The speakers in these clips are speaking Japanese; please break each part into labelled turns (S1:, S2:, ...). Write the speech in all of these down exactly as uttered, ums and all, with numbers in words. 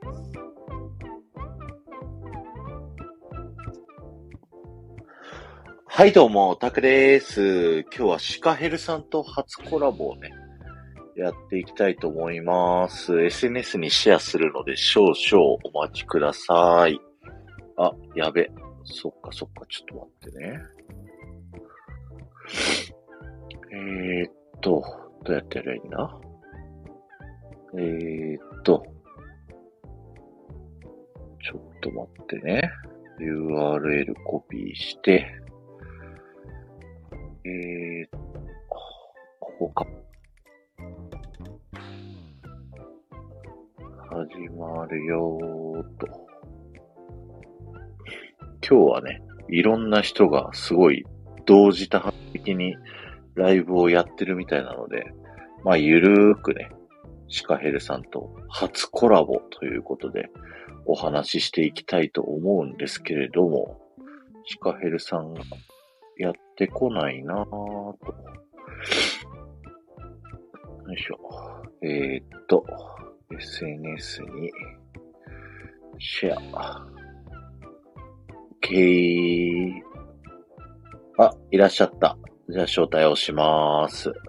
S1: はい、どうも、タクです。今日はシカヘルさんと初コラボをね、やっていきたいと思います。エスエヌエス にシェアするので少々お待ちください。あ、やべ。そっかそっか、ちょっと待ってね。えーっと、どうやってやればいいんだ？えーっと、ちょっと待ってね。ユーアールエル コピーして、えー、ここか。始まるよーと。今日はね、いろんな人がすごい同時多発的にライブをやってるみたいなので、まあゆるーくね、シカヘルさんと初コラボということでお話ししていきたいと思うんですけれども、シカヘルさんがやってこないなーと。よいしょ。えー、っと、エスエヌエス にシェア。OK。あ、いらっしゃった。じゃあ招待をしまーす。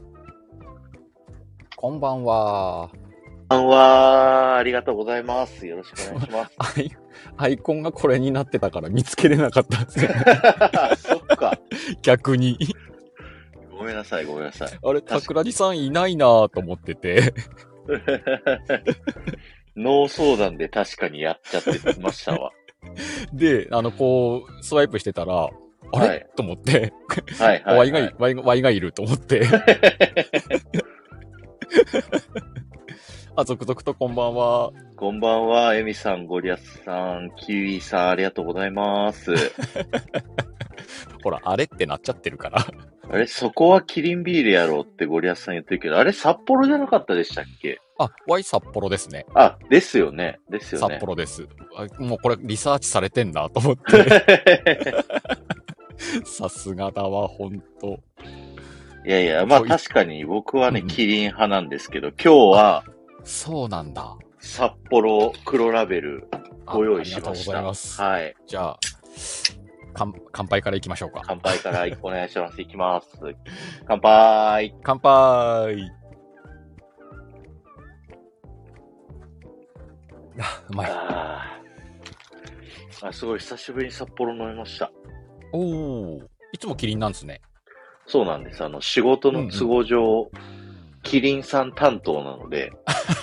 S2: こんばんは。
S1: こんばんは。ありがとうございます。よろしくお願いします。
S2: アイ、アイコンがこれになってたから見つけれなかったんですよね。
S1: そっか。
S2: 逆に。
S1: ごめんなさい、ごめんなさい。
S2: あれ、桜地さんいないなぁと思ってて。
S1: ノー相談で確かにやっちゃってましたわ。
S2: で、あの、こう、スワイプしてたら、あれ、はい、と思って、
S1: はいはい、はい。
S2: ワイがい、ワイが、ワイがいると思って。あ、続々とこんばんは。
S1: こんばんは、エミさん、ゴリアスさん、キウイさん、ありがとうございます。
S2: ほら、あれってなっちゃってるから。
S1: あれ、そこはキリンビールやろうってゴリアスさん言ってるけど、あれ、札幌じゃなかったでしたっけ？
S2: あ、ワイ札幌ですね。
S1: あ、ですよね。ですよね。
S2: 札幌です。あ、もうこれリサーチされてんなと思って。さすがだわ、ほんと。
S1: いやいや、まあ確かに僕はね、うん、キリン派なんですけど、今日は、
S2: そうなんだ。
S1: 札幌黒ラベルご用意しました。ありがとうございます。
S2: はい。じゃあ、乾杯からいきましょうか。
S1: 乾杯からお願いします。いきます。乾杯。
S2: 乾杯。あ、うまい。
S1: ああ、すごい久しぶりに札幌飲みました。
S2: おー、いつもキリンなんですね。
S1: そうなんです。あの、仕事の都合上、うんうん、キリンさん担当なので、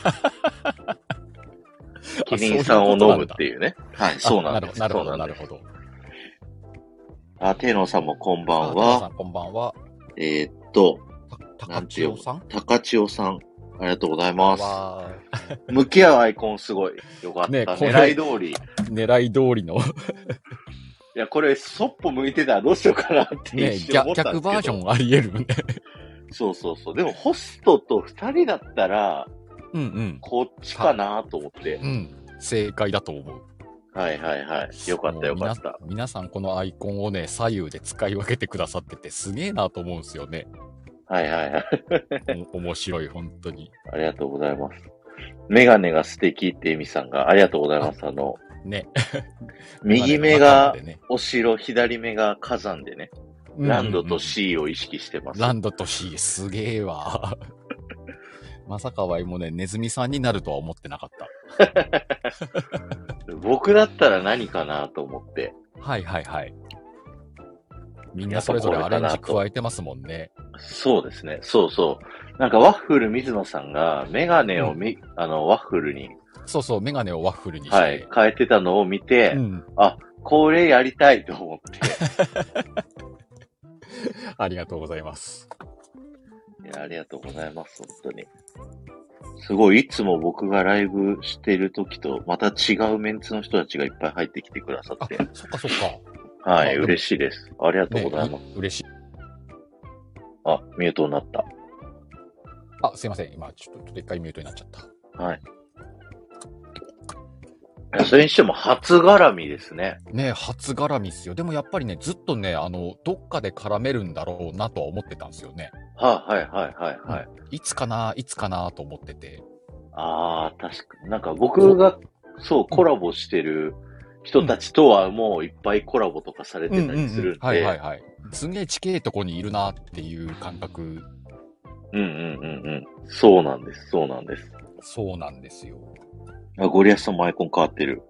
S1: キリンさんを飲むっていうね。はい、そうなんです。
S2: なるほど、なるほど。
S1: あ、テイノーさんもこんばんは。テイノー
S2: さんこんばんは。
S1: えー、っと、
S2: 高千代さん
S1: 高千代さん。ありがとうございます。向き合うアイコンすごいよかった。ね、狙い通り。
S2: 狙い通りの。
S1: いや、これ、そっぽ向いてたらどうしようかなって一瞬思ったんですけど。
S2: ね、逆バージョンあり得るね。
S1: そうそうそう。でも、ホストと二人だったら、
S2: うんうん。
S1: こっちかなと思って。
S2: うん。正解だと思う。
S1: はいはいはい。よかったよかった。
S2: 皆さんこのアイコンをね、左右で使い分けてくださっててすげえなと思うんですよね。
S1: はいはいはい。
S2: 面白い、本当に。
S1: ありがとうございます。メガネが素敵ってエミさんがありがとうございます。あ, あの、
S2: ね。
S1: 右目がお城、左目が火山でね。ランドと C を意識してます。
S2: ランドと C、すげえわ。まさかワイもね、ネズミさんになるとは思ってなかった。
S1: 僕だったら何かなと思って。
S2: はいはいはい。みんなそれぞれアレンジ加えてますもんね。
S1: そうですね。そうそう。なんかワッフル水野さんがメガネをみ、うん、あの、ワッフルに。
S2: そうそう、メガネをワッフルにして。
S1: はい。変えてたのを見て、うん、あ、これやりたいと思って。
S2: ありがとうございます。
S1: いや、ありがとうございます。本当に。すごい、いつも僕がライブしてる時と、また違うメンツの人たちがいっぱい入ってきてくださって。
S2: あ、そっかそっか。
S1: はい、嬉しいです。ありがとうございます。
S2: ね、嬉しい。
S1: あ、ミュートになった。
S2: あ、すいません。今、ちょっと、ちょっと一回ミュートになっちゃった。
S1: はい。それにしても初絡みですね。
S2: ね、初絡みっすよ。でもやっぱりね、ずっとね、あの、どっかで絡めるんだろうなとは思ってたんですよね。
S1: はい、はい、はいはいはい、
S2: うん。いつかな、いつかなと思ってて。
S1: ああ、確かに。なんか僕がそう、コラボしてる人たちとはもういっぱいコラボとかされてたりするんで。
S2: はいはいはい。すげえ地形とこにいるなっていう感覚。
S1: うんうんうんうん。そうなんです、そうなんです。
S2: そうなんですよ。
S1: あ、ゴリアスさんもアイコン変わってる。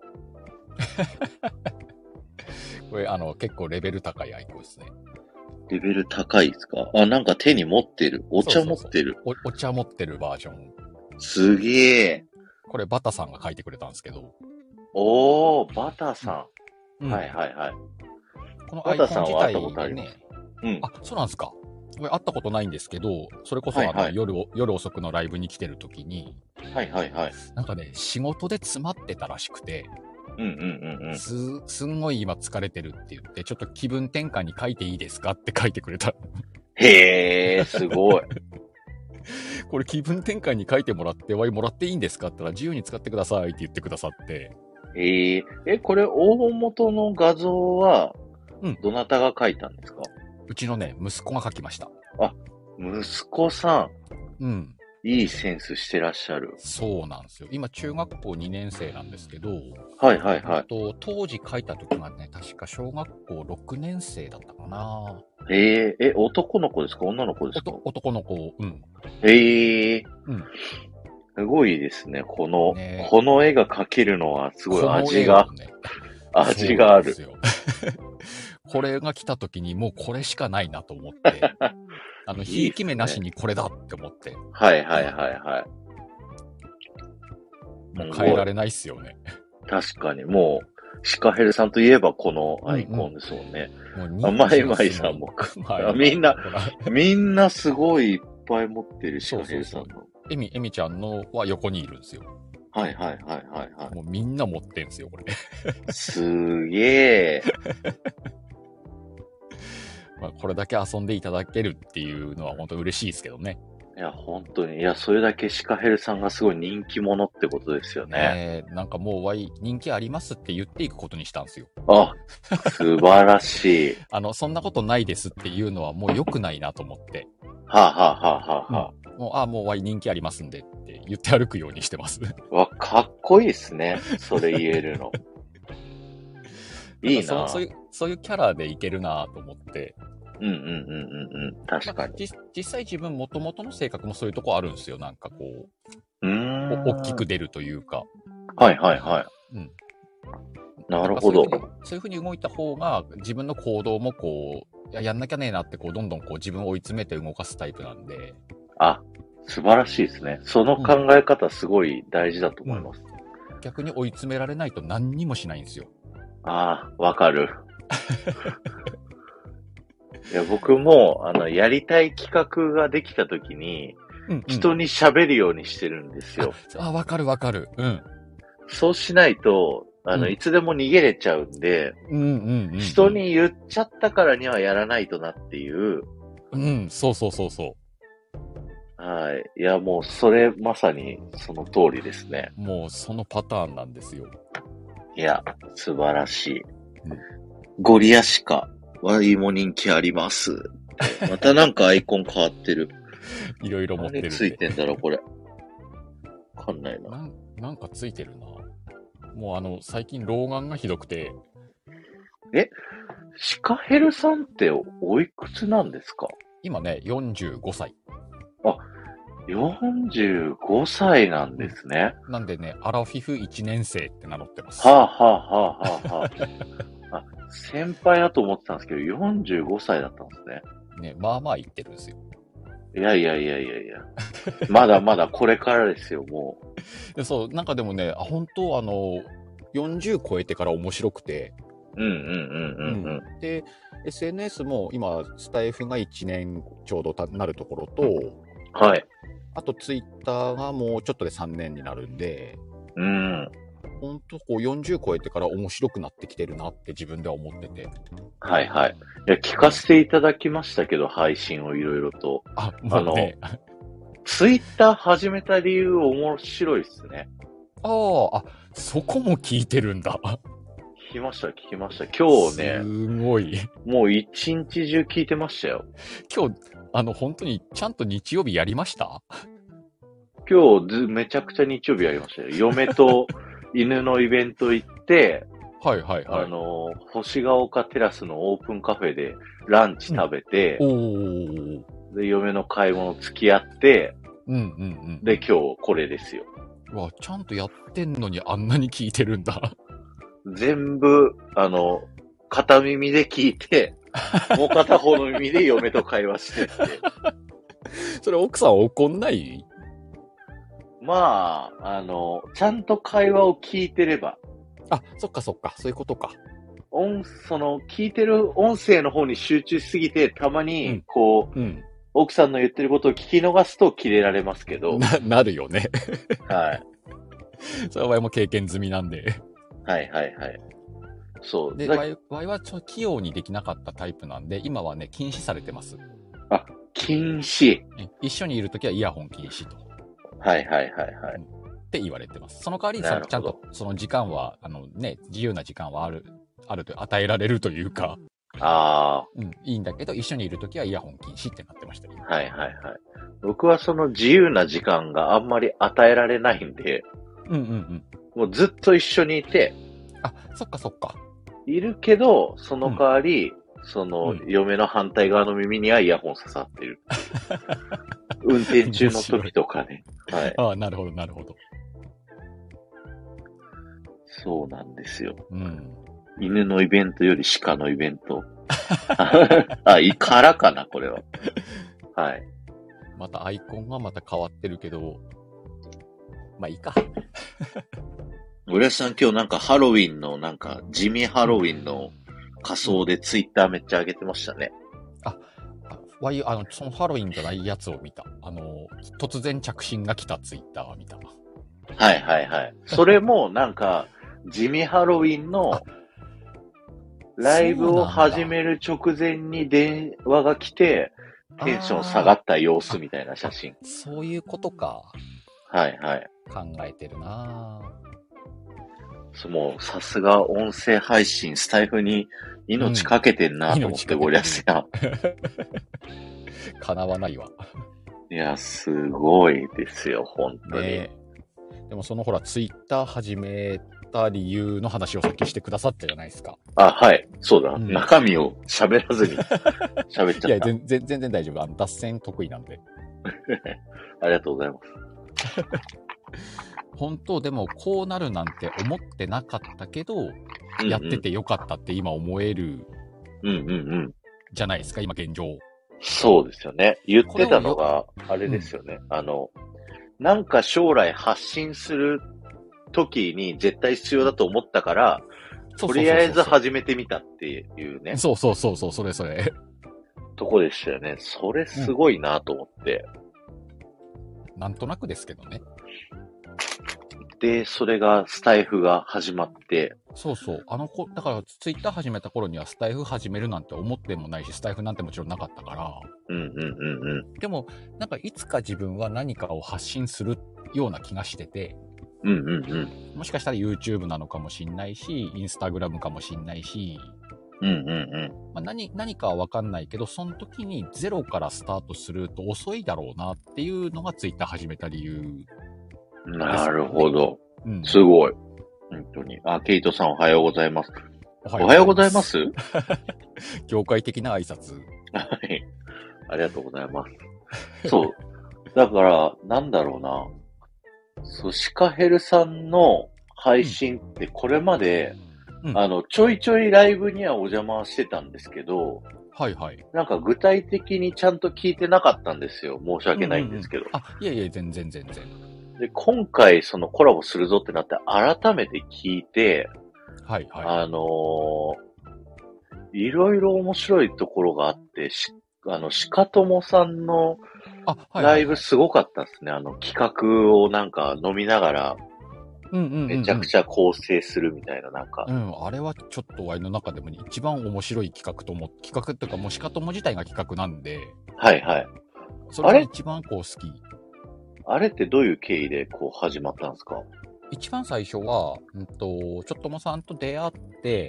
S2: これ、あの、結構レベル高いアイコンですね。
S1: レベル高いですか？あ、なんか手に持ってる。お茶持ってる。
S2: そうそうそう、お、お茶持ってるバージョン。
S1: すげえ。
S2: これ、バタさんが書いてくれたんですけど。
S1: おー、バタさん。
S2: うん、
S1: はいはいはい。
S2: このアイコン自体でね、
S1: うん。
S2: あ、そうなんですか。これ会ったことないんですけど、それこそあの、はいはい、夜を、夜遅くのライブに来てる時に、
S1: はいはいはい。
S2: なんかね、仕事で詰まってたらしくて、
S1: うんうんうんうん。
S2: す、すんごい今疲れてるって言って、ちょっと気分転換に書いていいですかって書いてくれた。
S1: へー、すごい。
S2: これ気分転換に書いてもらって、わいもらっていいんですかって言ったら自由に使ってくださいって言ってくださって。
S1: えー、え、これ大元の画像は、どなたが書いたんですか？
S2: うん、うちのね、息子が書きました。
S1: あ、息子さ
S2: ん。うん。
S1: いいセンスしてらっしゃる。
S2: そうなんですよ。今、中学校にねん生なんですけど、
S1: はいはいはい。
S2: と当時書いた時がね、確か小学校ろくねん生だったかな。
S1: えー、え、男の子ですか？女の子ですか？
S2: 男の子、うん。
S1: ええー。
S2: うん。
S1: すごいですね。この、
S2: ね、
S1: この絵が描けるのはすごい味が、ね、味がある。
S2: これが来た時にもうこれしかないなと思って、あの、ひいき目なしにこれだって思って。
S1: はいはいはいはい。
S2: もう変えられないっすよね。
S1: 確かに、もう、シカヘルさんといえばこのアイコンですもんね。うんうん、もうマイマイさんも、みんな、みんなすごいいっぱい持ってるシカヘルさんの。そうそうそう、
S2: エミ、エミちゃんのは横にいるんですよ。
S1: はいはいはいはいはい。
S2: もうみんな持ってんすよ、これ。
S1: すげえ。
S2: まあこれだけ遊んでいただけるっていうのは本当嬉しいですけどね。
S1: いや、本当に。いや、それだけシカヘルさんがすごい人気者ってことですよね。
S2: ねえ、なんかもうワイ人気ありますって言っていくことにしたんですよ。
S1: あ、素晴らしい。
S2: あの、そんなことないですっていうのはもう良くないなと思って。
S1: はあ、はあはあはあはあ、
S2: うん、もう、あ、もうワイ人気ありますんでって言って歩くようにしてます。
S1: わ、かっこいいっすね。それ言えるの。いいな
S2: そ。そういう、そういうキャラでいけるなと思って。
S1: うんうんうんうんうん。確かに。
S2: まあ、実際自分元々の性格もそういうとこあるんですよ。なんかこう。
S1: うーん。
S2: 大きく出るというか。
S1: はいはいはい。うん。なるほど。
S2: そういうふうに動いた方が自分の行動もこう、や、やんなきゃねえなってこう、どんどんこう自分を追い詰めて動かすタイプなんで。
S1: あ、素晴らしいですね。その考え方すごい大事だと思います。
S2: うん、逆に追い詰められないと何にもしないんですよ。
S1: ああ、わかる。いや、僕も、あの、やりたい企画ができたときに、うんうん、人に喋るようにしてるんですよ。
S2: あ、わかるわかる。うん。
S1: そうしないと、あの、うん、いつでも逃げれちゃうんで、
S2: うんうんうんうん、
S1: 人に言っちゃったからにはやらないとなっていう。
S2: うん、そうそうそうそう。
S1: はい。いや、もう、それ、まさに、その通りですね。
S2: もう、そのパターンなんですよ。
S1: いや、素晴らしい。うん、ゴリアシカ。ワイも人気あります。またなんかアイコン変わってる。
S2: いろいろ持ってる。
S1: 何ついてんだろう、これ。わかんないな。
S2: な。なんかついてるな。もうあの、最近老眼がひどくて。
S1: え、シカヘルさんっておいくつなんですか？
S2: 今ね、よんじゅうごさい。
S1: あ、よんじゅうごさいなんですね。
S2: うん、なんでね、アラフィフいちねん生って名乗ってます。
S1: はあはあはあはあはあ。あ、先輩だと思ってたんですけど、よんじゅうごさいだったんですね。
S2: ね、まあまあ言ってるんですよ。
S1: いやいやいやいやいや。まだまだこれからですよ、も
S2: う。でそう、なんかでもね、あ、本当あの、よんじゅう超えてから面白くて。
S1: うんうんうんうんうん。
S2: うん、で、エスエヌエス も今、スタイフがいちねんちょうどたなるところと、
S1: はい。
S2: あとツイッターがもうちょっとでさんねんになるんで、
S1: うん。
S2: ほんとこうよんじゅう超えてから面白くなってきてるなって自分では思ってて。
S1: はいはい。いや、聞かせていただきましたけど、配信をいろいろと。
S2: あ、もうね、
S1: あの、ツイッター始めた理由面白いっすね。
S2: ああ、あ、そこも聞いてるんだ。
S1: 聞きました、聞きました。今日ね。
S2: すごい。
S1: もう一日中聞いてましたよ。
S2: 今日、あの、本当にちゃんと日曜日やりました？
S1: 今日ず、めちゃくちゃ日曜日やりましたよ。嫁と犬のイベント行って、
S2: はいはいはい。
S1: あの、星が丘テラスのオープンカフェでランチ食べて、
S2: うん、おー。
S1: で、嫁の買い物付き合って、
S2: うんうんうん。
S1: で、今日これですよ。
S2: うわ、ちゃんとやってんのにあんなに聞いてるんだ。
S1: 全部、あの、片耳で聞いて、もう片方の耳で嫁と会話してって。
S2: それ奥さん怒んない？
S1: まあ、あの、ちゃんと会話を聞いてれば、
S2: あ、そっかそっか、そういうことか。
S1: 音、その、聞いてる音声の方に集中しすぎて、たま
S2: う
S1: に
S2: ん、
S1: こう、
S2: うん。
S1: 奥さんの言ってることを聞き逃すとキレられますけど、
S2: な、なるよね。
S1: はい。
S2: それはもう経験済みなんで。
S1: はいはいはい。そう。
S2: で、
S1: だ
S2: ワイワイはちょっと器用にできなかったタイプなんで、今はね、禁止されてます。
S1: あ、禁止。
S2: え一緒にいるときはイヤホン禁止と。
S1: はいはいはいはい。
S2: って言われてます。その代わり、
S1: なるほど
S2: ちゃんとその時間は、あのね、自由な時間はある、あると与えられるというか、
S1: あ
S2: うん、いいんだけど、一緒にいるときはイヤホン禁止ってなってましたよ。
S1: あ、はいはいはい。僕はその自由な時間があんまり与えられないんで、
S2: うんうんうん。
S1: もうずっと一緒にいて、
S2: あ、そっかそっか。
S1: いるけど、その代わり、その、
S2: うん
S1: 嫁の反対側の耳にはイヤホン刺さってる。運転中の時とかね。はい。
S2: ああ、なるほどなるほど。
S1: そうなんですよ。
S2: うん。
S1: 犬のイベントより鹿のイベント。あ、いからかな、これは。はい。
S2: またアイコンはまた変わってるけど、まあいいか。
S1: 浦さん今日なんかハロウィンの、なんか地味ハロウィンの仮装でツイッターめっちゃ上げてましたね。
S2: あ、わい、あの、そのハロウィンじゃないやつを見た。あの、突然着信が来たツイッターは見た。
S1: はいはいはい。それもなんか、地味ハロウィンのライブを始める直前に電話が来て、テンション下がった様子みたいな写真。
S2: そういうことか。
S1: はいはい。
S2: 考えてるな
S1: ぁ。もう、さすが音声配信、スタイフに命かけてんなと思って、ゴリアスや。
S2: 叶わないわ。
S1: いや、すごいですよ、本当に。
S2: ね、でもそのほら、ツイッター始めた理由の話をさっきしてくださったじゃないですか。
S1: あ、はい。そうだ。
S2: うん、
S1: 中身を喋らずに喋っちゃった。
S2: いや、全然、全然大丈夫。あの、脱線得意なんで。
S1: ありがとうございます。
S2: 本当、でも、こうなるなんて思ってなかったけど、うんうん、やっててよかったって今思える。
S1: うんうんうん。
S2: じゃないですか、今現状。
S1: そうですよね。言ってたのが、あれですよね。うん、あの、なんか将来発信する時に絶対必要だと思ったから、とりあえず始めてみたっていうね。
S2: そうそうそうそう、それそれ。
S1: とこでしたよね。それすごいなと思って、
S2: うん。なんとなくですけどね。
S1: で、それがスタイフが始まって。
S2: そうそう。あの子、だからツイッター始めた頃にはスタイフ始めるなんて思ってもないし、スタイフなんてもちろんなかったから。
S1: うんうんうんうん。
S2: でも、なんかいつか自分は何かを発信するような気がしてて。
S1: うんうんうん。
S2: もしかしたら YouTube なのかもしんないし、Instagram かもしんないし。
S1: うんうんうん。
S2: まあ、何、何かはわかんないけど、その時にゼロからスタートすると遅いだろうなっていうのがツイッター始めた理由。
S1: なるほど。
S2: うん、
S1: すごい。本当に。あ、ケイトさんおはようございます。おはようございます。
S2: 業界的な挨拶。
S1: はい。ありがとうございます。そう。だから、なんだろうな。そう、シカヘルさんの配信ってこれまで、うん、あの、ちょいちょいライブにはお邪魔してたんですけど、
S2: はいはい。
S1: なんか具体的にちゃんと聞いてなかったんですよ。申し訳ないんですけど。
S2: うんうんうん、あ、いやいや、全然全然。
S1: で、今回そのコラボするぞってなって改めて聞いて、
S2: はいはい。
S1: あのー、いろいろ面白いところがあって、し、あの、鹿友さんのライブすごかったですね。あの、企画をなんか飲みながら、めちゃくちゃ構成するみたいな、なんか。
S2: うん、あれはちょっとワイの中でも一番面白い企画と思って、企画っていうかもう鹿友自体が企画なんで。
S1: はいはい。
S2: それが一番こう好き。
S1: あれってどういう経緯でこう始まったんですか？
S2: 一番最初は、うんと、ちょっともさんと出会って、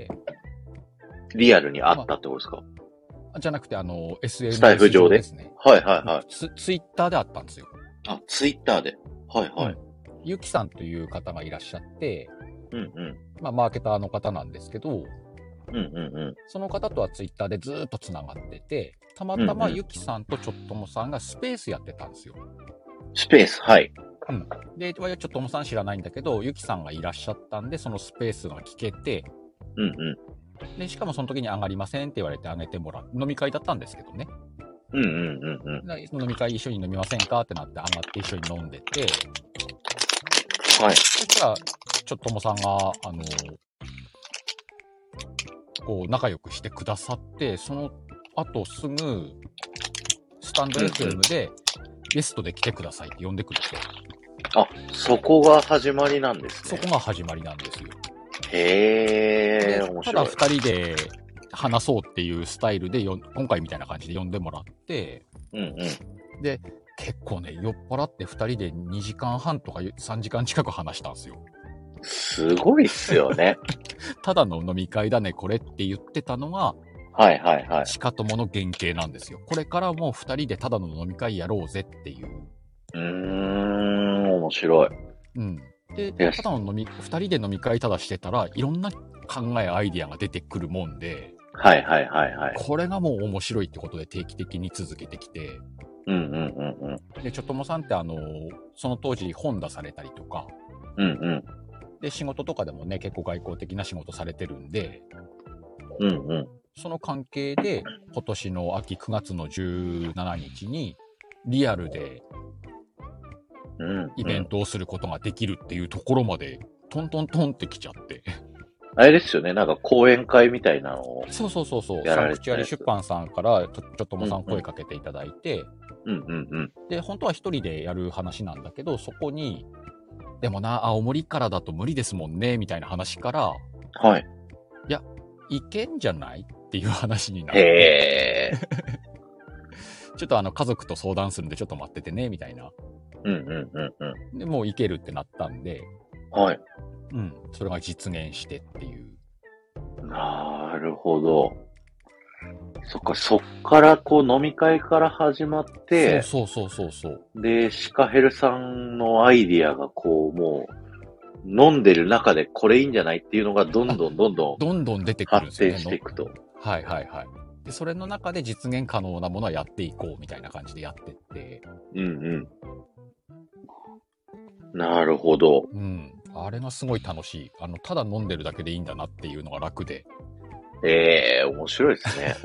S1: リアルに会ったってことですか？ま
S2: あ、じゃなくて、あの、エスエヌエス
S1: スタイフ上で
S2: ですね。
S1: はいはいはい。
S2: ツ、ツイッターで会ったんですよ。
S1: あ、ツイッターで。はいはい。
S2: うん、ゆきさんという方がいらっしゃって、
S1: うんうん。
S2: まあ、マーケターの方なんですけど、
S1: うんうんうん。
S2: その方とはツイッターでずーっと繋がってて、たまたま
S1: うんうん
S2: ゆきさんとちょっともさんがスペースやってたんですよ。
S1: スペース、はい。
S2: うん。で、ちょっともさん知らないんだけど、ゆきさんがいらっしゃったんで、そのスペースが聞けて、
S1: うんうん。
S2: で、しかもその時に上がりませんって言われて上げてもらう。飲み会だったんですけどね。
S1: うんうんうんうん。
S2: で飲み会一緒に飲みませんかってなって上がって一緒に飲んでて、
S1: はい。
S2: そしたら、ちょっともさんが、あの、こう、仲良くしてくださって、その後すぐ、スタンド エフエム でゲストで来てくださいって呼んでくれて。
S1: あ、そこが始まりなんですね。
S2: そこが始まりなんですよ。
S1: へー、面
S2: ただ
S1: 白い。
S2: 二人で話そうっていうスタイルでよ、今回みたいな感じで呼んでもらって、
S1: うんうん。
S2: で、結構ね、酔っ払って二人でにじかんはんとかさんじかん近く話したんですよ。
S1: すごいっすよね。
S2: ただの飲み会だね、これって言ってたのが、
S1: はいはいはい。
S2: しかともの原型なんですよ。これからも二人でただの飲み会やろうぜっていう。
S1: うーん、面白い。
S2: うん。で、
S1: よし。
S2: ただの飲み、二人で飲み会ただしてたら、いろんな考え、アイディアが出てくるもんで、
S1: はいはいはいはい。
S2: これがもう面白いってことで定期的に続けてきて、
S1: うんうんうんうん。
S2: で、ちょっともさんってあの、その当時本出されたりとか、
S1: うんうん。
S2: で、仕事とかでもね、結構外交的な仕事されてるんで、
S1: うんうん。
S2: その関係で、今年の秋くがつのじゅうしちにちに、リアルで
S1: うん
S2: イベントをすることができるっていうところまで、トントントンって来ちゃって。
S1: あれですよね、なんか講演会みたいなのを。
S2: そうそうそうそう、
S1: やられてたやつ
S2: サンクチュアリ出版さんからちょ、ちょっともさん声かけていただいて、
S1: うんうんうん。
S2: で、本当は一人でやる話なんだけど、そこに、でもな、青森からだと無理ですもんね、みたいな話から、
S1: はい。
S2: いや、いけんじゃないっていう話になって、
S1: へー。
S2: ちょっとあの家族と相談するんでちょっと待っててね、みたいな。
S1: うんうんうんう
S2: で、もういけるってなったんで、
S1: ん。はい。
S2: うん、それが実現してっていう。
S1: なるほど。そっか、そっからこう飲み会から始まって、
S2: そうそうそうそうそう。
S1: で、シカヘルさんのアイディアがこう、もう、飲んでる中でこれいいんじゃないっていうのがどんどんどんどん
S2: どんどん出てくるんですよね。
S1: 発展していくと。
S2: はいはいはい。で、それの中で実現可能なものはやっていこうみたいな感じでやってって。
S1: うんうん。なるほど。
S2: うん。あれがすごい楽しい。あの、ただ飲んでるだけでいいんだなっていうのが楽で。
S1: ええー、面白いですね。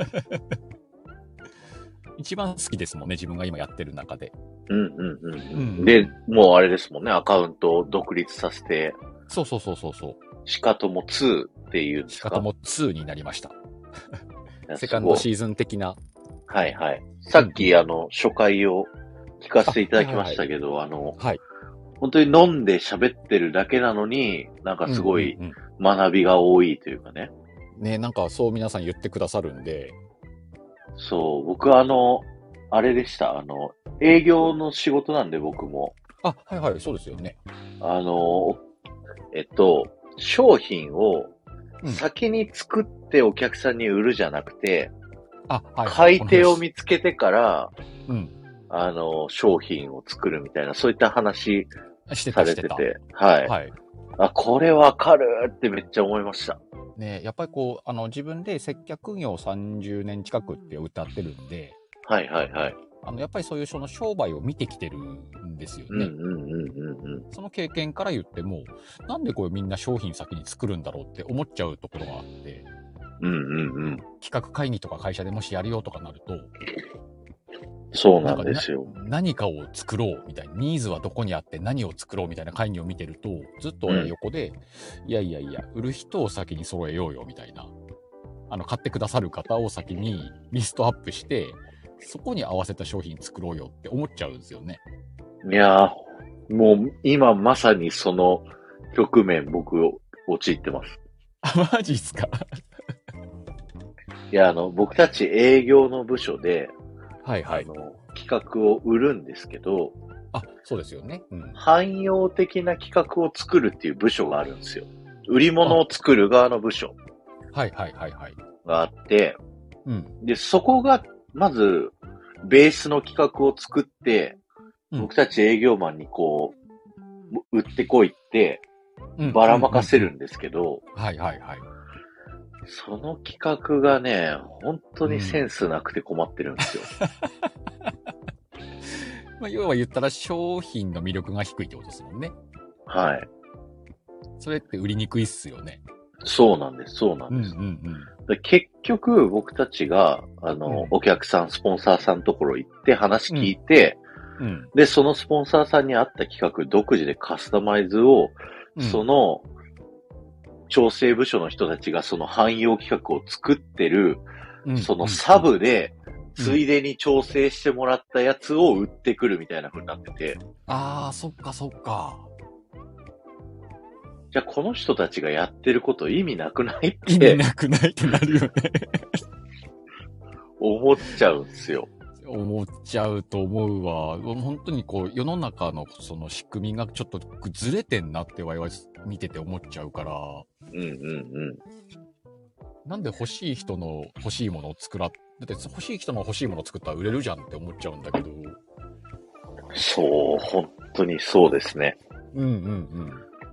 S2: 一番好きですもんね、自分が今やってる中で。
S1: うんうんうん、うん、
S2: うん。
S1: で、もうあれですもんね、アカウントを独立させて。
S2: そうそうそうそうそう。
S1: シカトモツーっていうんですか？
S2: しかともツーになりました。セカンドシーズン的な。
S1: はいはい。さっき、うん、あの、初回を聞かせていただきましたけど、あ,、はいはいはい、あの、
S2: はい。
S1: 本当に飲んで喋ってるだけなのに、なんかすごい学びが多いというかね。
S2: うんうんうん、ね、なんかそう皆さん言ってくださるんで。
S1: そう、僕はあの、あれでした。あの、営業の仕事なんで僕も。
S2: あ、はいはい、そうですよね。
S1: あの、えっと、商品を先に作ってお客さんに売るじゃなくて、
S2: うん、あ、はい、
S1: 買い手を見つけてから、
S2: うん、
S1: あの、商品を作るみたいな、そういった話されてて、
S2: て
S1: はい。はい。あ、これわかるってめっちゃ思いました。
S2: ね、やっぱりこう、あの、自分で接客業さんじゅうねん近くって歌ってるんで、
S1: はいはいはい。
S2: あの、やっぱりそういうその商売を見てきてるんですよね。
S1: うんうんうんうんうん。
S2: その経験から言っても、なんでこれみんな商品先に作るんだろうって思っちゃうところがあって、
S1: うんうんうん。
S2: 企画会議とか会社でもしやるよとかなると、
S1: そうなんですよ。
S2: な何かを作ろうみたいな、ニーズはどこにあって何を作ろうみたいな会議を見てると、ずっと俺は横で、うん、いやいやいや、売る人を先に揃えようよみたいな。あの、買ってくださる方を先にリストアップして、そこに合わせた商品作ろうよって思っちゃうんですよね。
S1: いやー、もう今まさにその局面僕陥ってます。
S2: あ、マジっすか？
S1: いや、あの、僕たち営業の部署で、
S2: はいはい。
S1: あの、企画を売るんですけど、
S2: あ、そうですよね。うん。
S1: 汎用的な企画を作るっていう部署があるんですよ。売り物を作る側の部署。
S2: はいはいはいはい。
S1: があって、
S2: うん。
S1: で、そこが、まず、ベースの企画を作って、うん、僕たち営業マンにこう、売ってこいって、 ばらまかせるんですけど、
S2: はいはいはい。
S1: その企画がね、本当にセンスなくて困ってるんですよ。
S2: まあ、要は言ったら商品の魅力が低いってことですもんね。
S1: はい。
S2: それって売りにくいっすよね。
S1: そうなんです、そうなんです。
S2: うんうんうん。
S1: で結局、僕たちが、あの、
S2: うん
S1: お客さん、スポンサーさんのところ行って話聞いて、
S2: うん。
S1: で、そのスポンサーさんに合った企画、独自でカスタマイズを、
S2: うん
S1: その、調整部署の人たちがその汎用企画を作ってる、
S2: うん
S1: そのサブで、
S2: うん
S1: ついでに調整してもらったやつを売ってくるみたいな風になってて、
S2: ああ、そっかそっか。
S1: じゃあこの人たちがやってること意味なくないっ
S2: 意味
S1: て
S2: なくないってなるよね。
S1: 思っちゃうんですよ。
S2: 思っちゃうと思うわ。本当にこう、世の中のその仕組みがちょっとずれてんなって我々見てて思っちゃうから、
S1: うんうんうん。
S2: なんで欲しい人の欲しいものを作ら、だって欲しい人の欲しいものを作ったら売れるじゃんって思っちゃうんだけど。
S1: そう、本当にそうですね。
S2: うんうんうん。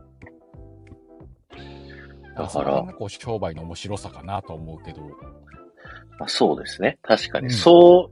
S1: だから
S2: それがこう商売の面白さかなと思うけど。
S1: まあ、そうですね。確かに、
S2: うん
S1: そう、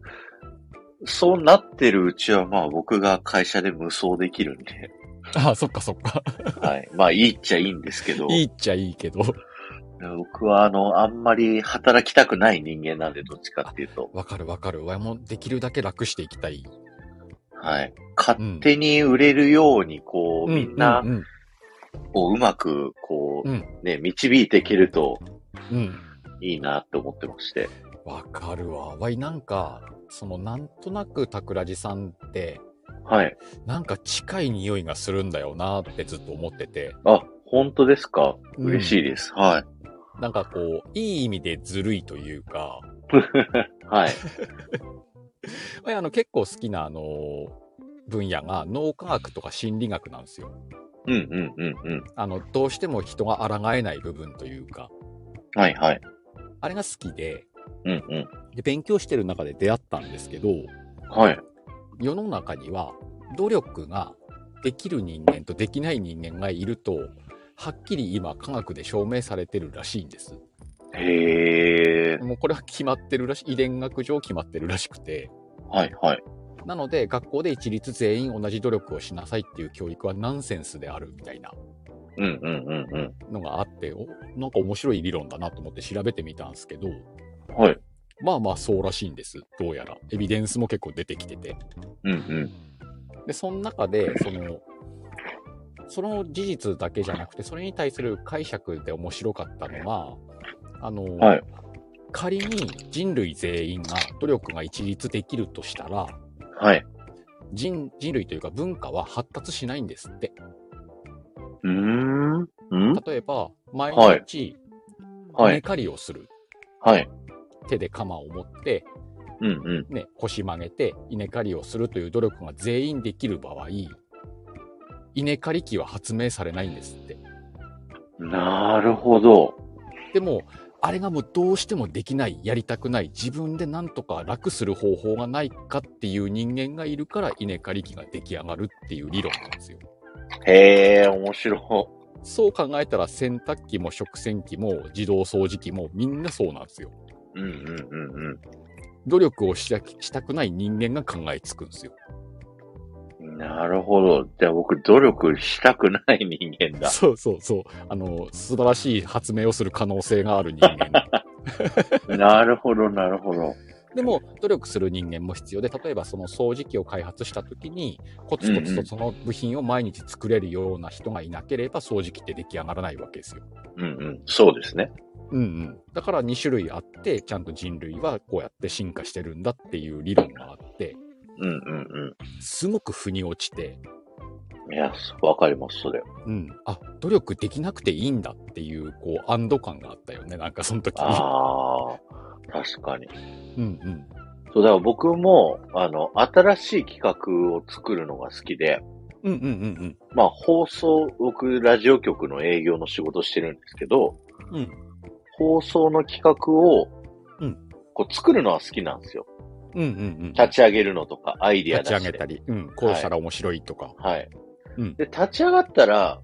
S1: そうなってるうちはまあ僕が会社で無双できるんで、
S2: ああ、そっかそっか。
S1: はい。まあいいっちゃいいんですけど、
S2: いいっちゃいいけど。
S1: 僕はあの、あんまり働きたくない人間なんで、どっちかっていうと。
S2: わかるわかる。わもできるだけ楽していきたい。
S1: はい。勝手に売れるように、こう、みんな
S2: う、ん
S1: こう、うまく、こ
S2: うん。
S1: う、ね、導いていけると
S2: うん。うん。
S1: いいなって思ってまして。
S2: わかるわ。わい、なんか、その、なんとなく桜地さんって、
S1: はい。
S2: なんか近い匂いがするんだよなってずっと思ってて。
S1: あ、本当ですか？
S2: うん
S1: 嬉しいです。はい。
S2: なんかこう、いい意味でずるいというか、
S1: はい。
S2: わいあの結構好きなあの、分野が脳科学とか心理学なんですよ。
S1: うんうんうんうん。
S2: あの、どうしても人が抗えない部分というか、
S1: はいはい。
S2: あれが好きで、
S1: うんうん。
S2: で、勉強してる中で出会ったんですけど、
S1: はい。
S2: 世の中には努力ができる人間とできない人間がいると、はっきり今科学で証明されてるらしいんです。
S1: へー。
S2: もうこれは決まってるらしい、遺伝学上決まってるらしくて、
S1: はいはい。
S2: なので学校で一律全員同じ努力をしなさいっていう教育はナンセンスであるみたいな
S1: うんうんうんうん。
S2: のがあって、おなんか面白い理論だなと思って調べてみたんですけど、
S1: はい。
S2: まあまあそうらしいんです。どうやら。エビデンスも結構出てきてて。
S1: うんうん。
S2: で、その中で、その、その事実だけじゃなくて、それに対する解釈で面白かったのが、あの、
S1: はい。
S2: 仮に人類全員が努力が一律できるとしたら、
S1: はい。
S2: 人人類というか文化は発達しないんですって。
S1: うーん。ん
S2: 例えば、毎日、
S1: はい。
S2: 稲刈りをする。
S1: はい。
S2: 手で鎌を持って、
S1: うんうん。
S2: ね、腰曲げて稲刈りをするという努力が全員できる場合、稲刈り機は発明されないんですって。
S1: なるほど。
S2: でも、あれがもうどうしてもできない、やりたくない、自分でなんとか楽する方法がないかっていう人間がいるから稲刈り機が出来上がるっていう理論なんですよ。
S1: へえ、面白
S2: そう考えたら洗濯機も食洗機も自動掃除機もみんなそうなんですよ。
S1: い。うんうんうんうん。
S2: 努力をしたしたくない人間が考えつくんですよ。
S1: なるほど。じゃあ僕、努力したくない人間だ。
S2: そうそうそう。あの、素晴らしい発明をする可能性がある人間。
S1: なるほど、なるほど。
S2: でも、努力する人間も必要で、例えばその掃除機を開発したときに、コツコツとその部品を毎日作れるような人がいなければ、掃除機って出来上がらないわけですよ。
S1: うんうん。そうですね。
S2: うんうん。だからに種類あって、ちゃんと人類はこうやって進化してるんだっていう理論があって、
S1: うんうん
S2: すごく腑に落ちて、
S1: うん。いや、わかります、それ。
S2: うん。あ、努力できなくていいんだっていう、こう、安堵感があったよね。なんかその時に。
S1: ああ、確かに。
S2: うんうん。
S1: そう、だから僕も、あの、新しい企画を作るのが好きで、
S2: うんうんうん
S1: まあ、放送、僕、ラジオ局の営業の仕事してるんですけど、
S2: うん。うん。
S1: 放送の企画を、
S2: うん
S1: こう作るのは好きなんですよ。
S2: うんうんうん。
S1: 立ち上げるのとか、アイディア
S2: 立ち
S1: 出して。
S2: 上げたり、うん。こうしたら面白いとか。
S1: はい。
S2: うん
S1: で、立ち上がったら、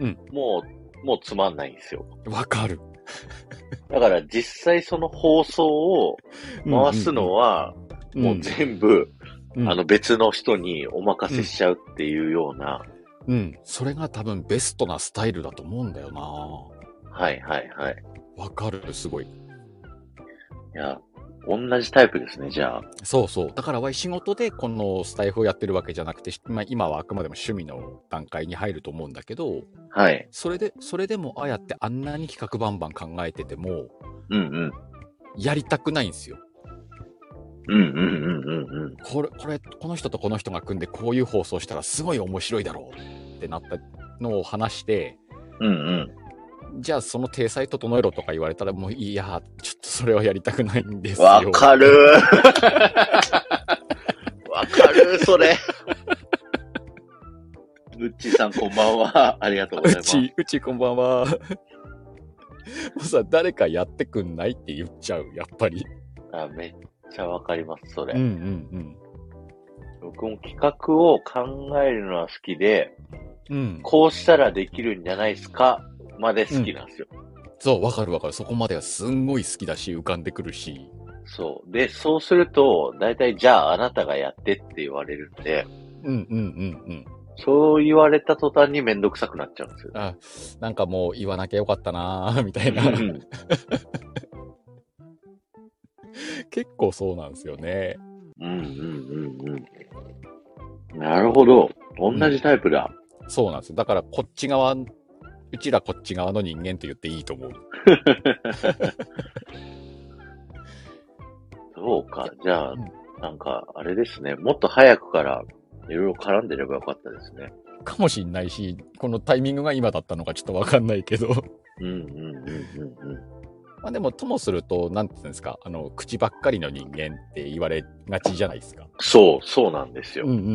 S2: うん。
S1: もう、もうつまんないんですよ。
S2: わかる。
S1: だから実際その放送を回すのは、
S2: うん、
S1: もう全部、
S2: うん、
S1: あの別の人にお任せ
S2: うん、
S1: しちゃうっていうような、
S2: うん。それが多分ベストなスタイルだと思うんだよな。
S1: はいはいはい。
S2: わかる、すごい。
S1: いや、同じタイプですね、じゃあ。
S2: そうそう。だからわい仕事でこのスタイフをやってるわけじゃなくて、まあ、今はあくまでも趣味の段階に入ると思うんだけど、
S1: はい。
S2: それで、それでもああやってあんなに企画バンバン考えてても、
S1: うんうん。
S2: やりたくないんですよ。
S1: うんうんうんうんうん。
S2: これ、これ、この人とこの人が組んでこういう放送したらすごい面白いだろうってなったのを話して、
S1: うんうん。
S2: じゃあその体裁整えろとか言われたらもういや、ちょっとそれはやりたくないんですよ。
S1: わかるわかるそれ。うっちーさんこんばんは。ありがとうございます。
S2: うち、うちこんばんは。もうさ、誰かやってくんないって言っちゃう、やっぱり。
S1: あ、めっちゃわかります、それ。
S2: うんうんうん。
S1: 僕も企画を考えるのは好きで、
S2: うん。
S1: こうしたらできるんじゃないですかまで好きなんですよ。
S2: うん、そう、わかるわかる。そこまではすんごい好きだし、浮かんでくるし。
S1: そう。で、そうすると、だいたいじゃああなたがやってって言われるんで、
S2: うんうんうんうん。
S1: そう言われた途端にめんどくさくなっちゃうんですよ。
S2: あ、なんかもう言わなきゃよかったなーみたいな。結構そうなんですよね。
S1: うんうんうんうん。なるほど。同じタイプだ。
S2: うん、そうなんですよ。だからこっち側、うちらこっち側の人間と言っていいと思う。
S1: そうか。じゃあ、うん、なんか、あれですね。もっと早くからいろいろ絡んでればよかったですね。
S2: かもしんないし、このタイミングが今だったのかちょっとわかんないけど。
S1: うんうんうんうんうん。
S2: まあでも、ともすると、なんていうんですか、あの、口ばっかりの人間って言われがちじゃないですか。
S1: そう、そうなんですよ。
S2: うんうんうんうん。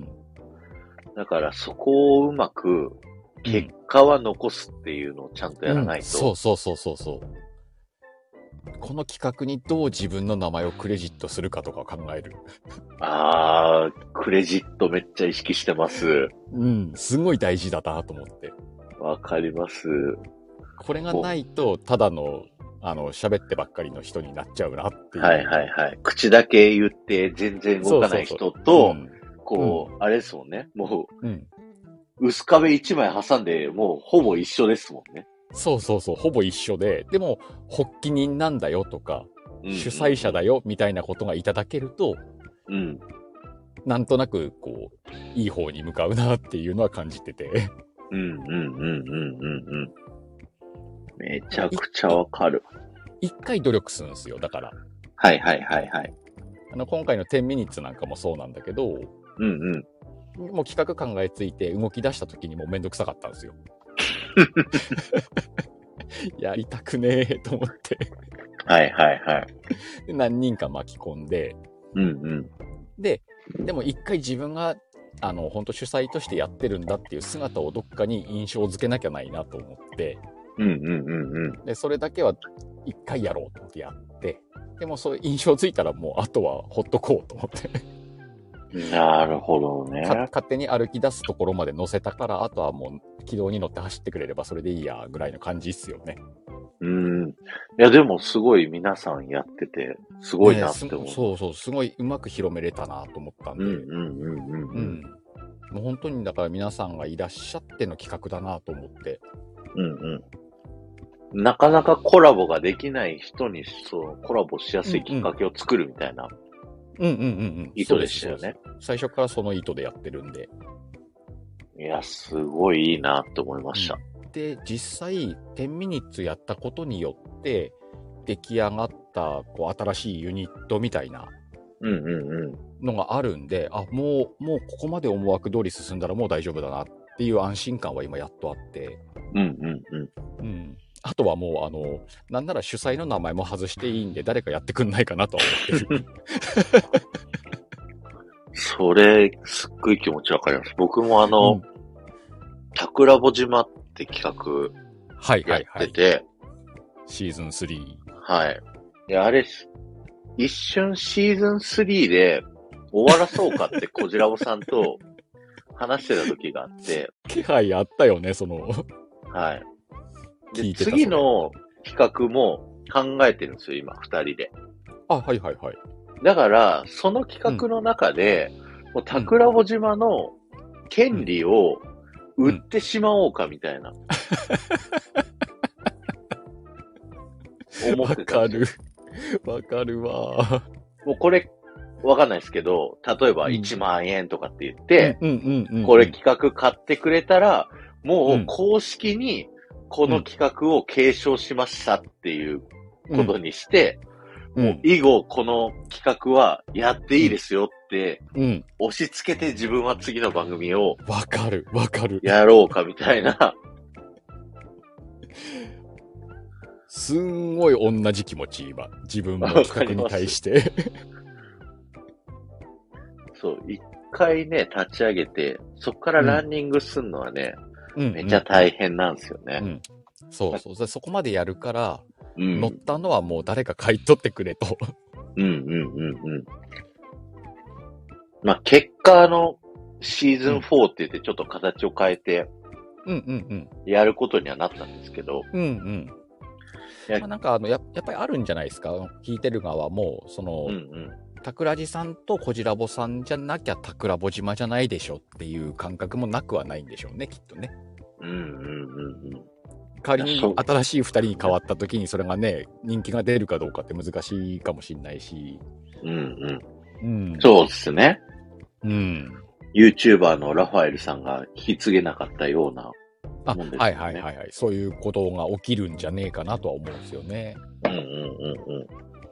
S1: だからそこをうまく、結果は残すっていうのをちゃんとやらないと。
S2: うんうん、そうそうそうそうそう。この企画にどう自分の名前をクレジットするかとか考える。
S1: あー、クレジットめっちゃ意識してます。
S2: うん、すごい大事だなと思って。
S1: わかります。
S2: これがないと、ただの、あの、喋ってばっかりの人になっちゃうなっていう。
S1: はいはいはい。口だけ言って全然動かない人と、こう、うん、あれですもんね。もう、うん、薄壁一枚挟んで、もうほぼ一緒ですもんね。
S2: そうそうそう、ほぼ一緒で、でも、発起人なんだよとか、うんうん、主催者だよみたいなことがいただけると、うん、なんとなく、こう、いい方に向かうなっていうのは感じてて。
S1: うんうんうんうんうんうん。めちゃくちゃわかる。
S2: 一回努力するんですよ、だから。
S1: はいはいはいはい。
S2: あの、今回のじゅうミニッツなんかもそうなんだけど、
S1: うんうん。
S2: もう企画考えついて動き出した時にもうめんどくさかったんですよ。やりたくねえと思って。
S1: はいはいはい。
S2: で何人か巻き込んで、
S1: うんうん。
S2: で、でも一回自分が、あの、本当主催としてやってるんだっていう姿をどっかに印象付けなきゃないなと思って、
S1: うんうんうんうん。
S2: で、それだけは一回やろうと思ってやって、でもそういう印象ついたらもうあとはほっとこうと思って。
S1: なるほどね。
S2: 勝手に歩き出すところまで乗せたから、あとはもう軌道に乗って走ってくれればそれでいいや、ぐらいの感じっすよね。
S1: うん。いや、でもすごい皆さんやってて、すごいなって思う、
S2: ね。そうそう、すごいうまく広めれたなと思ったんで。
S1: うんうんうんうん、うん。うん。
S2: もう本当にだから皆さんがいらっしゃっての企画だなと思って。
S1: うんうん。なかなかコラボができない人に、そう、コラボしやすいきっかけを作るみたいな。
S2: うんうんうんうん。
S1: 意図でしたよね。
S2: 最初からその意図でやってるんで。
S1: いや、すごいいいなって思いました。
S2: うん、で、実際、じゅうミニッツやったことによって、出来上がったこう新しいユニットみたいなのがあるんで、うんうんうん、あ、もう、もうここまで思惑通り進んだらもう大丈夫だなっていう安心感は今やっとあって。
S1: うんうんうん。
S2: うんあとはもう、あの、なんなら主催の名前も外していいんで、誰かやってくんないかなとは思ってる。
S1: それ、すっごい気持ちわかります。僕もあの、うん、タクラボ島って企画、
S2: はいはいはい。
S1: やってて、
S2: シーズンスリー。
S1: はい。で、あれ、一瞬シーズンスリーで終わらそうかってコジラボさんと話してた時があって。
S2: 気配あったよね、その。
S1: はい。で、
S2: 聞いてた
S1: 次の企画も考えてるんですよ、今、二人で。
S2: あ、はいはいはい。
S1: だから、その企画の中で、うん、もう桜穂島の権利を売ってしまおうかみたいな。
S2: うん、思ってたんですよ。わかる。わかるわ。
S1: もうこれ、わかんないですけど、例えばいちまんえんとかって言って、これ企画買ってくれたら、もう公式にこの企画を継承しましたっていうことにして、うん、もう以後この企画はやっていいですよって、押し付けて自分は次の番組を、
S2: わかる、わかる。
S1: やろうかみたいな。
S2: すんごい同じ気持ち、今。自分の企画に対して。
S1: そう、一回ね、立ち上げて、そこからランニングするのはね、うん、めっちゃ大変なんですよね。
S2: うんうん、そうそう。そこまでやるから、うん、乗ったのはもう誰か買い取ってくれと。
S1: うんうんうんうん。まあ、結果のシーズンよんって言ってちょっと形を変えて、
S2: うんうんうん。
S1: やることにはなったんですけど。
S2: うんうん。まあ、なんかあのや、やっぱりあるんじゃないですか。聞いてる側も、その、うんうんタクラジさんとコジラボさんじゃなきゃタクラボ島じゃないでしょっていう感覚もなくはないんでしょうね、きっとね。
S1: うんうんうんうん。
S2: 代わりに新しいふたりに変わった時にそれがね、人気が出るかどうかって難しいかもしれないし。
S1: うんうん。うん、そうですね。うん。YouTuber のラファエルさんが引き継げなかったようなもんですね。
S2: あ、はいはいはいはい。そういうことが起きるんじゃねえかなとは思うんですよね。
S1: うんうんうんうん。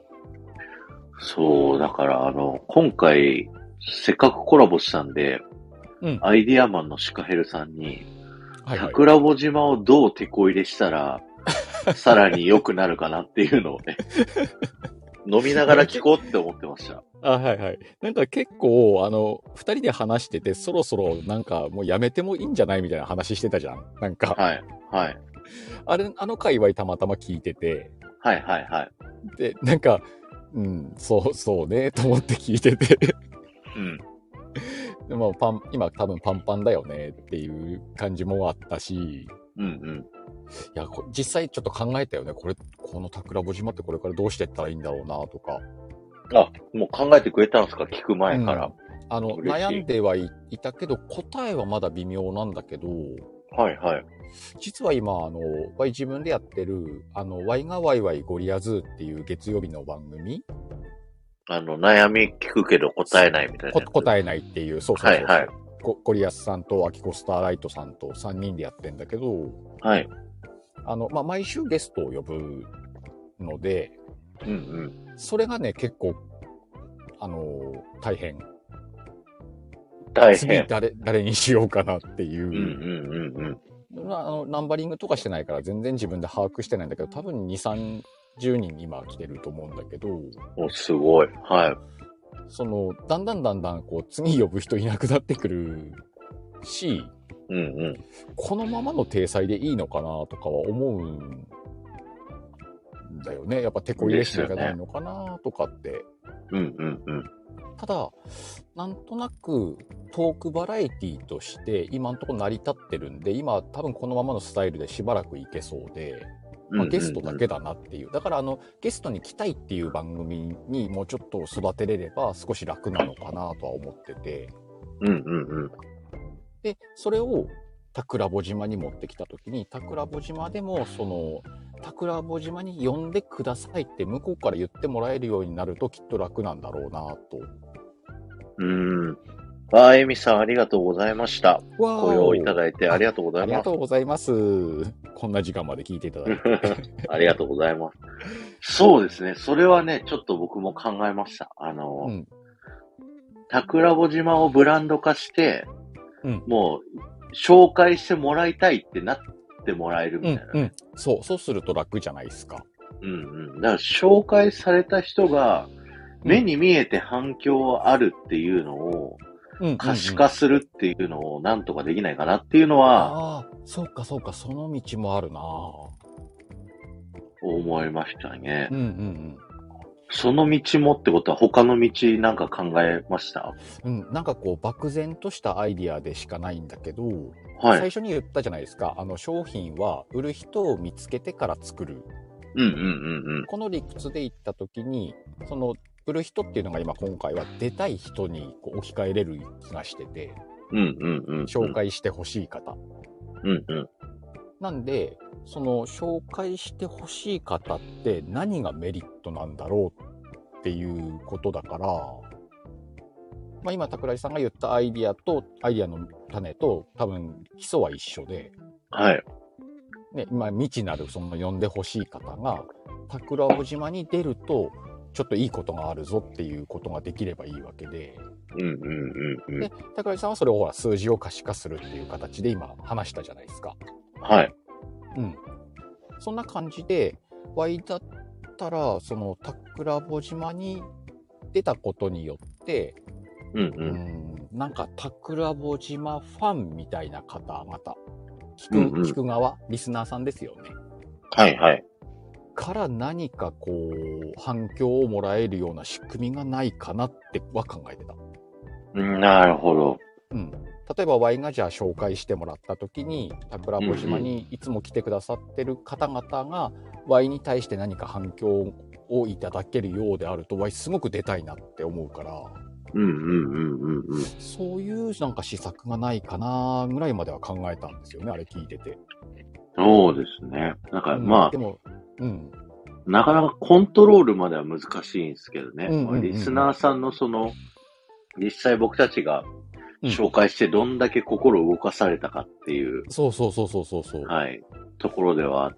S1: そう、だからあの、今回、せっかくコラボしたんで、うん、アイディアマンのシカヘルさんに、はいはい、桜穂島をどう手こ入れしたら、さらに良くなるかなっていうのをね、飲みながら聞こうって思ってました。
S2: あ、はいはい。なんか結構、あの、二人で話してて、そろそろなんかもうやめてもいいんじゃないみたいな話してたじゃん。なんか。
S1: はい、はい。
S2: あれ、あの界隈たまたま聞いてて。
S1: はいはいはい。
S2: で、なんか、うん、そう、そうね、と思って聞いてて。うん。でもパン、今多分パンパンだよねっていう感じもあったし。うんうん。いや、実際ちょっと考えたよね。これ、この桜穂島ってこれからどうしていったらいいんだろうなとか。
S1: あ、もう考えてくれたんですか？聞く前から。うん、
S2: あの、悩んではい、いたけど、答えはまだ微妙なんだけど。
S1: はいはい。
S2: 実は今、あの、ワイ自分でやってる、あの、ワイがワイワイゴリアズーっていう月曜日の番組。
S1: あの、悩み聞くけど答えないみたいな。
S2: 答えないっていう、そうそうそうそう。はいはい。ゴリアスさんとアキコスターライトさんとさんにんでやってんだけど。はい。あの、まあ、毎週ゲストを呼ぶので。うんうん。それがね、結構、あのー、大変。
S1: 大変。
S2: 次誰、誰にしようかなっていう。うん
S1: うんうんうん。
S2: あの、ナンバリングとかしてないから全然自分で把握してないんだけど、多分に、さんじゅうにん今来てると思うんだけど。
S1: お、すごい。はい。
S2: その、だんだんだんだん、こう、次呼ぶ人いなくなってくるし、うんうん、このままの体裁でいいのかなとかは思うんだよね。やっぱ手こ入れしなきゃないのかなとかって。うんうんうん。ただ、なんとなくトークバラエティとして今のところ成り立ってるんで、今多分このままのスタイルでしばらくいけそうで、まあ、ゲストだけだなっていう。だからあの、ゲストに来たいっていう番組にもうちょっと育てれれば少し楽なのかなとは思ってて。うんうんうん。で、それを桜穂島に持ってきたときに、桜穂島でもその、桜穂島に呼んでくださいって向こうから言ってもらえるようになるときっと楽なんだろうなと。
S1: うーん。あ、エミさんありがとうございました。ご用意いただいてありがとうございます。あ
S2: りがとうございます。こんな時間まで聞いていただいて。
S1: ありがとうございます。そうですね。それはね、ちょっと僕も考えました。あの、うん、桜穂島をブランド化して、うん、もう、紹介してもらいたいってなってもらえるみたいな、ね
S2: うんうん。そう、そうすると楽じゃないですか。
S1: うんうん。だから紹介された人が、目に見えて反響あるっていうのを、可視化するっていうのをなんとかできないかなっていうのは、
S2: ああ、そうかそうか、その道もあるな
S1: 思いましたね。うんうんうん。 その道もってことは他の道なんか考えました？
S2: うん、なんかこう漠然としたアイディアでしかないんだけど、
S1: はい。
S2: 最初に言ったじゃないですか。あの商品は売る人を見つけてから作る。
S1: うんうんうん
S2: この理屈で言った時に、その売る人っていうのが今今回は出たい人にこう置き換えれる気がしてて、
S1: うん。うんうんうんう
S2: 紹
S1: ん。
S2: 介してほしい方。
S1: うんうん。
S2: なんで、その紹介してほしい方って何がメリットなんだろうっていうことだから、まあ、今桜井さんが言ったアイディアとアイディアの種と多分基礎は一緒で、
S1: はい。
S2: ね、今未知なるその呼んでほしい方が桜尾島に出るとちょっといいことがあるぞっていうことができればいいわけで、
S1: うんうんうんうん。
S2: で桜井さんはそれをほら数字を可視化するっていう形で今話したじゃないですか。
S1: はい。
S2: うん。そんな感じで、ワイだったら、その、桜穂島に出たことによって、
S1: うんう
S2: うー
S1: ん。
S2: ん、なんか、桜穂島ファンみたいな方々、聞く、
S1: うんうん。
S2: 聞く側、リスナーさんですよね。
S1: はいはい。
S2: から何かこう、反響をもらえるような仕組みがないかなっては考えてた。
S1: うんなるほど。
S2: うん。例えば、ワイがじゃあ紹介してもらった時に、桜穂島にいつも来てくださってる方々が、ワイに対して何か反響をいただけるようであると、ワイすごく出たいなって思うから、
S1: うんうんうんうんうん。
S2: そういうなんか施策がないかなぐらいまでは考えたんですよね、あれ聞いてて。
S1: そうですね。なんか
S2: うん、
S1: まあ、
S2: でも、うん。
S1: なかなかコントロールまでは難しいんですけどね。
S2: うんうんうんうん
S1: まあ、リスナーさんのその、実際僕たちが
S2: うん。
S1: 紹介してどんだけ心動かされたかっていう、
S2: そうそうそうそうそうそう。
S1: はい、ところではあって、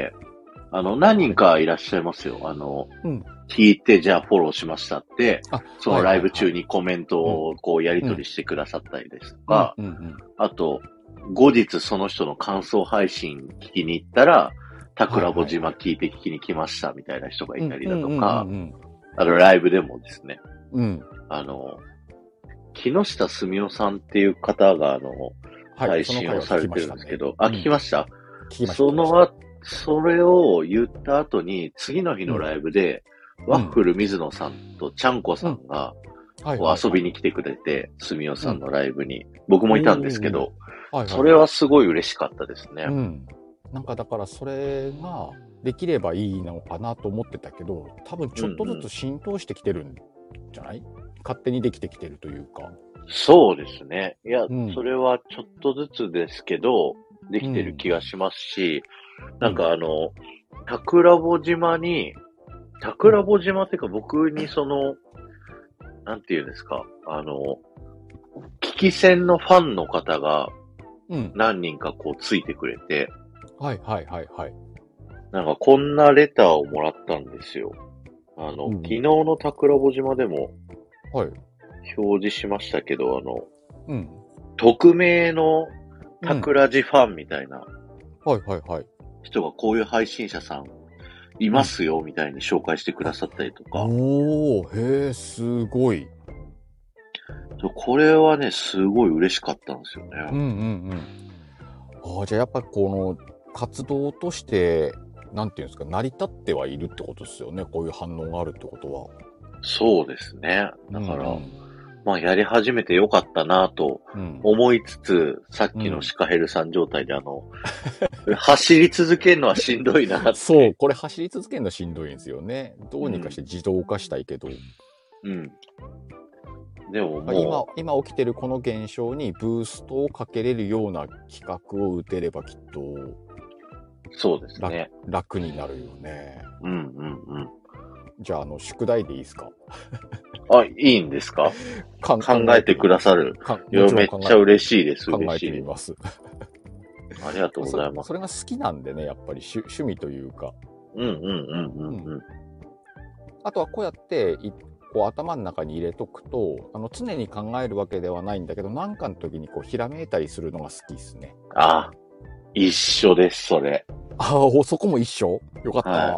S1: あの、何
S2: あれ。
S1: 人かいらっしゃいますよ。あの、
S2: うん。
S1: 聞いて、じゃあフォローしましたって、
S2: あ、
S1: その
S2: はいはいはい。
S1: ライブ中にコメント
S2: うん。
S1: をこうやり
S2: うん。
S1: 取りしてくださったりですと
S2: うん。
S1: か、
S2: うん。うん。
S1: あと、後日その人の感想配信聞きに行ったら、
S2: はい
S1: 桜穂
S2: はいはい。
S1: 島聞いて聞きに来ましたみたいな人が
S2: うん。
S1: いたりだ
S2: うん。うん。う
S1: とか、
S2: ん。
S1: あの、ライブでもですね、
S2: うん。
S1: あの、木下澄夫さんっていう方が、あの、
S2: はい。
S1: 配
S2: その回は聞き
S1: 信をされて
S2: ましたね。
S1: るんですけど、あ、聞
S2: うん。
S1: きました？
S2: 聞きました、聞きました。
S1: そのあ、それを言った後に、次の日の
S2: うん。
S1: ライブで、
S2: うん。
S1: ワッフル水野さんとちゃんこ
S2: うん。
S1: さんが、
S2: はい
S1: こう遊
S2: はいはい。
S1: びに来てくれて、澄夫
S2: うん。
S1: さんのライブに。僕も
S2: お
S1: いたんですけ
S2: ー。
S1: ど、
S2: はいはいはい。
S1: それはすごい嬉しかったですね。
S2: うん。なんかだからそれができればいいのかなと思ってたけど、多分
S1: うん
S2: ちょっとず
S1: うん。
S2: つ浸透してきてるんじゃない？勝手にできてきてるというか。
S1: そうですね。いや、
S2: うん。
S1: それはちょっとずつですけど、できてる
S2: うん。
S1: 気がしますし、なん
S2: うん。
S1: かあの、桜穂島に、
S2: うん。
S1: 桜穂島っていうか僕にその、なんていうんですか、あの、聞き戦のファンの方が
S2: うん。
S1: 何人かこうついてくれて、
S2: はいはいはいはい。
S1: なんかこんなレターをもらったんですよ。あの、
S2: うんうん。
S1: 昨日の桜穂島でも
S2: はい。
S1: 表示しましたけど、あの、
S2: うん。
S1: 匿名の
S2: うん。
S1: 桜地ファンみたいな
S2: はいはいはい。
S1: 人がこういう配信者さんい
S2: うん。
S1: ますよみたいに紹介してくだ
S2: あ、
S1: さったりとか、
S2: おー、へえ、すごい。
S1: これはね、すごい嬉しかったんですよね。
S2: うんうんうん。ああ、じゃあやっぱこの活動として、なんていうんですか、成り立ってはいるってことですよね。こういう反応があるってことは。
S1: そうですね。
S2: うん
S1: だから、
S2: うん。
S1: まあ、やり始めてよかったなと
S2: うん。
S1: 思いつつ、さっきの
S2: うん。
S1: シカヘルさん状態であの、走り続けるのはしんどいなっ
S2: そう、
S1: て。
S2: これ走り続けるのしんどいんですよね。どうにかして
S1: うん。
S2: 自動化したいけど。
S1: うん。でも
S2: 今、
S1: も
S2: 今起きてるこの現象にブーストをかけれるような企画を打てればきっと
S1: う、そうです
S2: 楽、
S1: ね。
S2: 楽になるよね。
S1: うんうんうん。
S2: じゃあ、あの、宿題でいいですか？
S1: あ、いいんですか？
S2: かん
S1: 考えてく
S2: 考えてみ、
S1: ださる。
S2: か
S1: いや、
S2: もちろん考え、
S1: めっちゃ嬉しいです。
S2: 考え
S1: 嬉しいです。
S2: てみます。
S1: ありがとうご
S2: それ、
S1: ざいます。
S2: それが好きなんでね、やっぱり趣、趣味というか。
S1: うんうんうんう
S2: うん。
S1: んうん。
S2: あとはこうやってい、こう頭の中に入れとくと、あの、常に考えるわけではないんだけど、なんかの時にこう、ひらめいたりするのが好きですね。
S1: あ、一緒です、それ。
S2: ああ、そこも一緒？よかった。
S1: はい。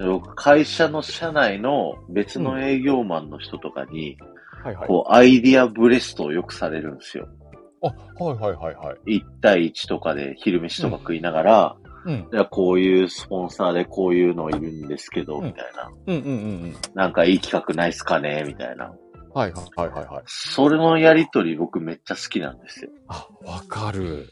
S1: 僕、会社の社内の別
S2: うん。
S1: の営業マンの人とかに、
S2: はいはい。
S1: こう、アイディアブレストをよくされるんですよ。
S2: あ、はいはいはいはい。
S1: いち対いちとかで昼飯
S2: うん。
S1: とか食いながら、
S2: ううん。
S1: じゃあこういうスポンサーでこういうのいるんですけど、
S2: うん
S1: みたいな。
S2: うんうんうんうん。
S1: なんかいい企画ないっすかねみたいな。
S2: はいはいはいはいはい。
S1: それのやりとり僕めっちゃ好きなんですよ。
S2: あ、わかる。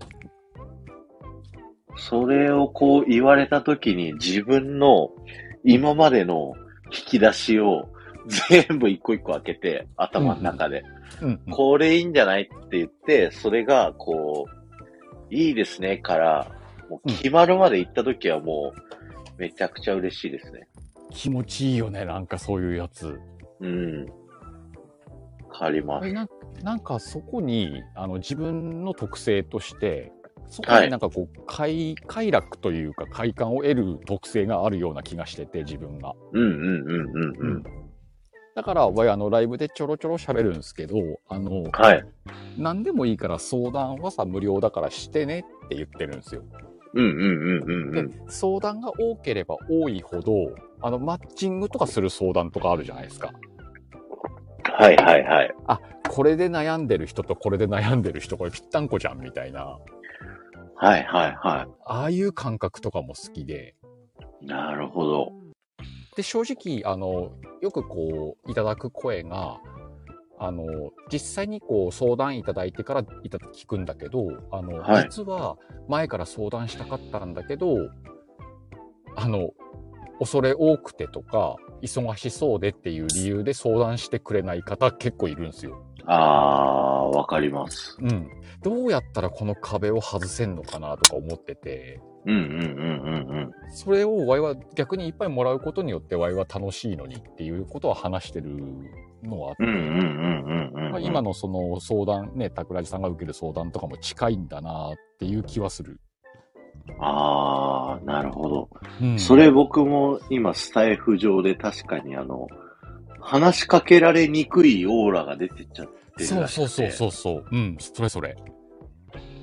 S1: それをこう言われた時に自分の今までの引き出しを全部一個一個開けて、頭の中で。
S2: うんうん。
S1: これいいんじゃないって言って、それがこう、いいですねから、もう決まるまで行った時はもう、めちゃくちゃ嬉しいですね。
S2: 気持ちいいよね、なんかそういうやつ。
S1: うん。わかります。
S2: えなんなんかそこにあの自分の特性としてそこ
S1: はい。
S2: になんかこう快快楽というか快感を得る特性があるような気がしてて自分が。
S1: うんうんうんうんうん。
S2: だからわいあのライブでちょろちょろ喋るんですけど、あの
S1: はい。
S2: 何でもいいから相談はさ無料だからしてねって言ってるんですよ。
S1: うんうんうんうんう
S2: で
S1: ん。
S2: 相談が多ければ多いほどあのマッチングとかする相談とかあるじゃないですか。
S1: はいはいはい。
S2: あ、これで悩んでる人とこれで悩んでる人これぴったんこじゃんみたいな。
S1: はいはいは
S2: ああいう感覚とかも好きで。
S1: い。なるほど。
S2: で、正直、あの、よくこう、いただく声が、あの、実際にこう、相談いただいてからいた聞くんだけど、あの、
S1: はい
S2: 実は前から相談したかったんだけど、あの、恐れ多くてとか、忙しそうでっていう理由で相談してくれない方結構いるんですよ。
S1: あー、わかります。
S2: うん。どうやったらこの壁を外せんのかなとか思ってて、
S1: うんうんうんうんうん。
S2: それをワイは逆にいっぱいもらうことによってワイは楽しいのにっていうことは話してるのはあって、
S1: うんうんうんうんうん、うん。
S2: まあ、今のその相談ね、桜地さんが受ける相談とかも近いんだなっていう気はする。
S1: あー、なるほど。
S2: うん、
S1: それ僕も今スタイフ上で確かにあの、話しかけられにくいオーラが出てっちゃってる
S2: そう
S1: らしくて。
S2: そうそうそうそう。うん、それそれ。
S1: うん。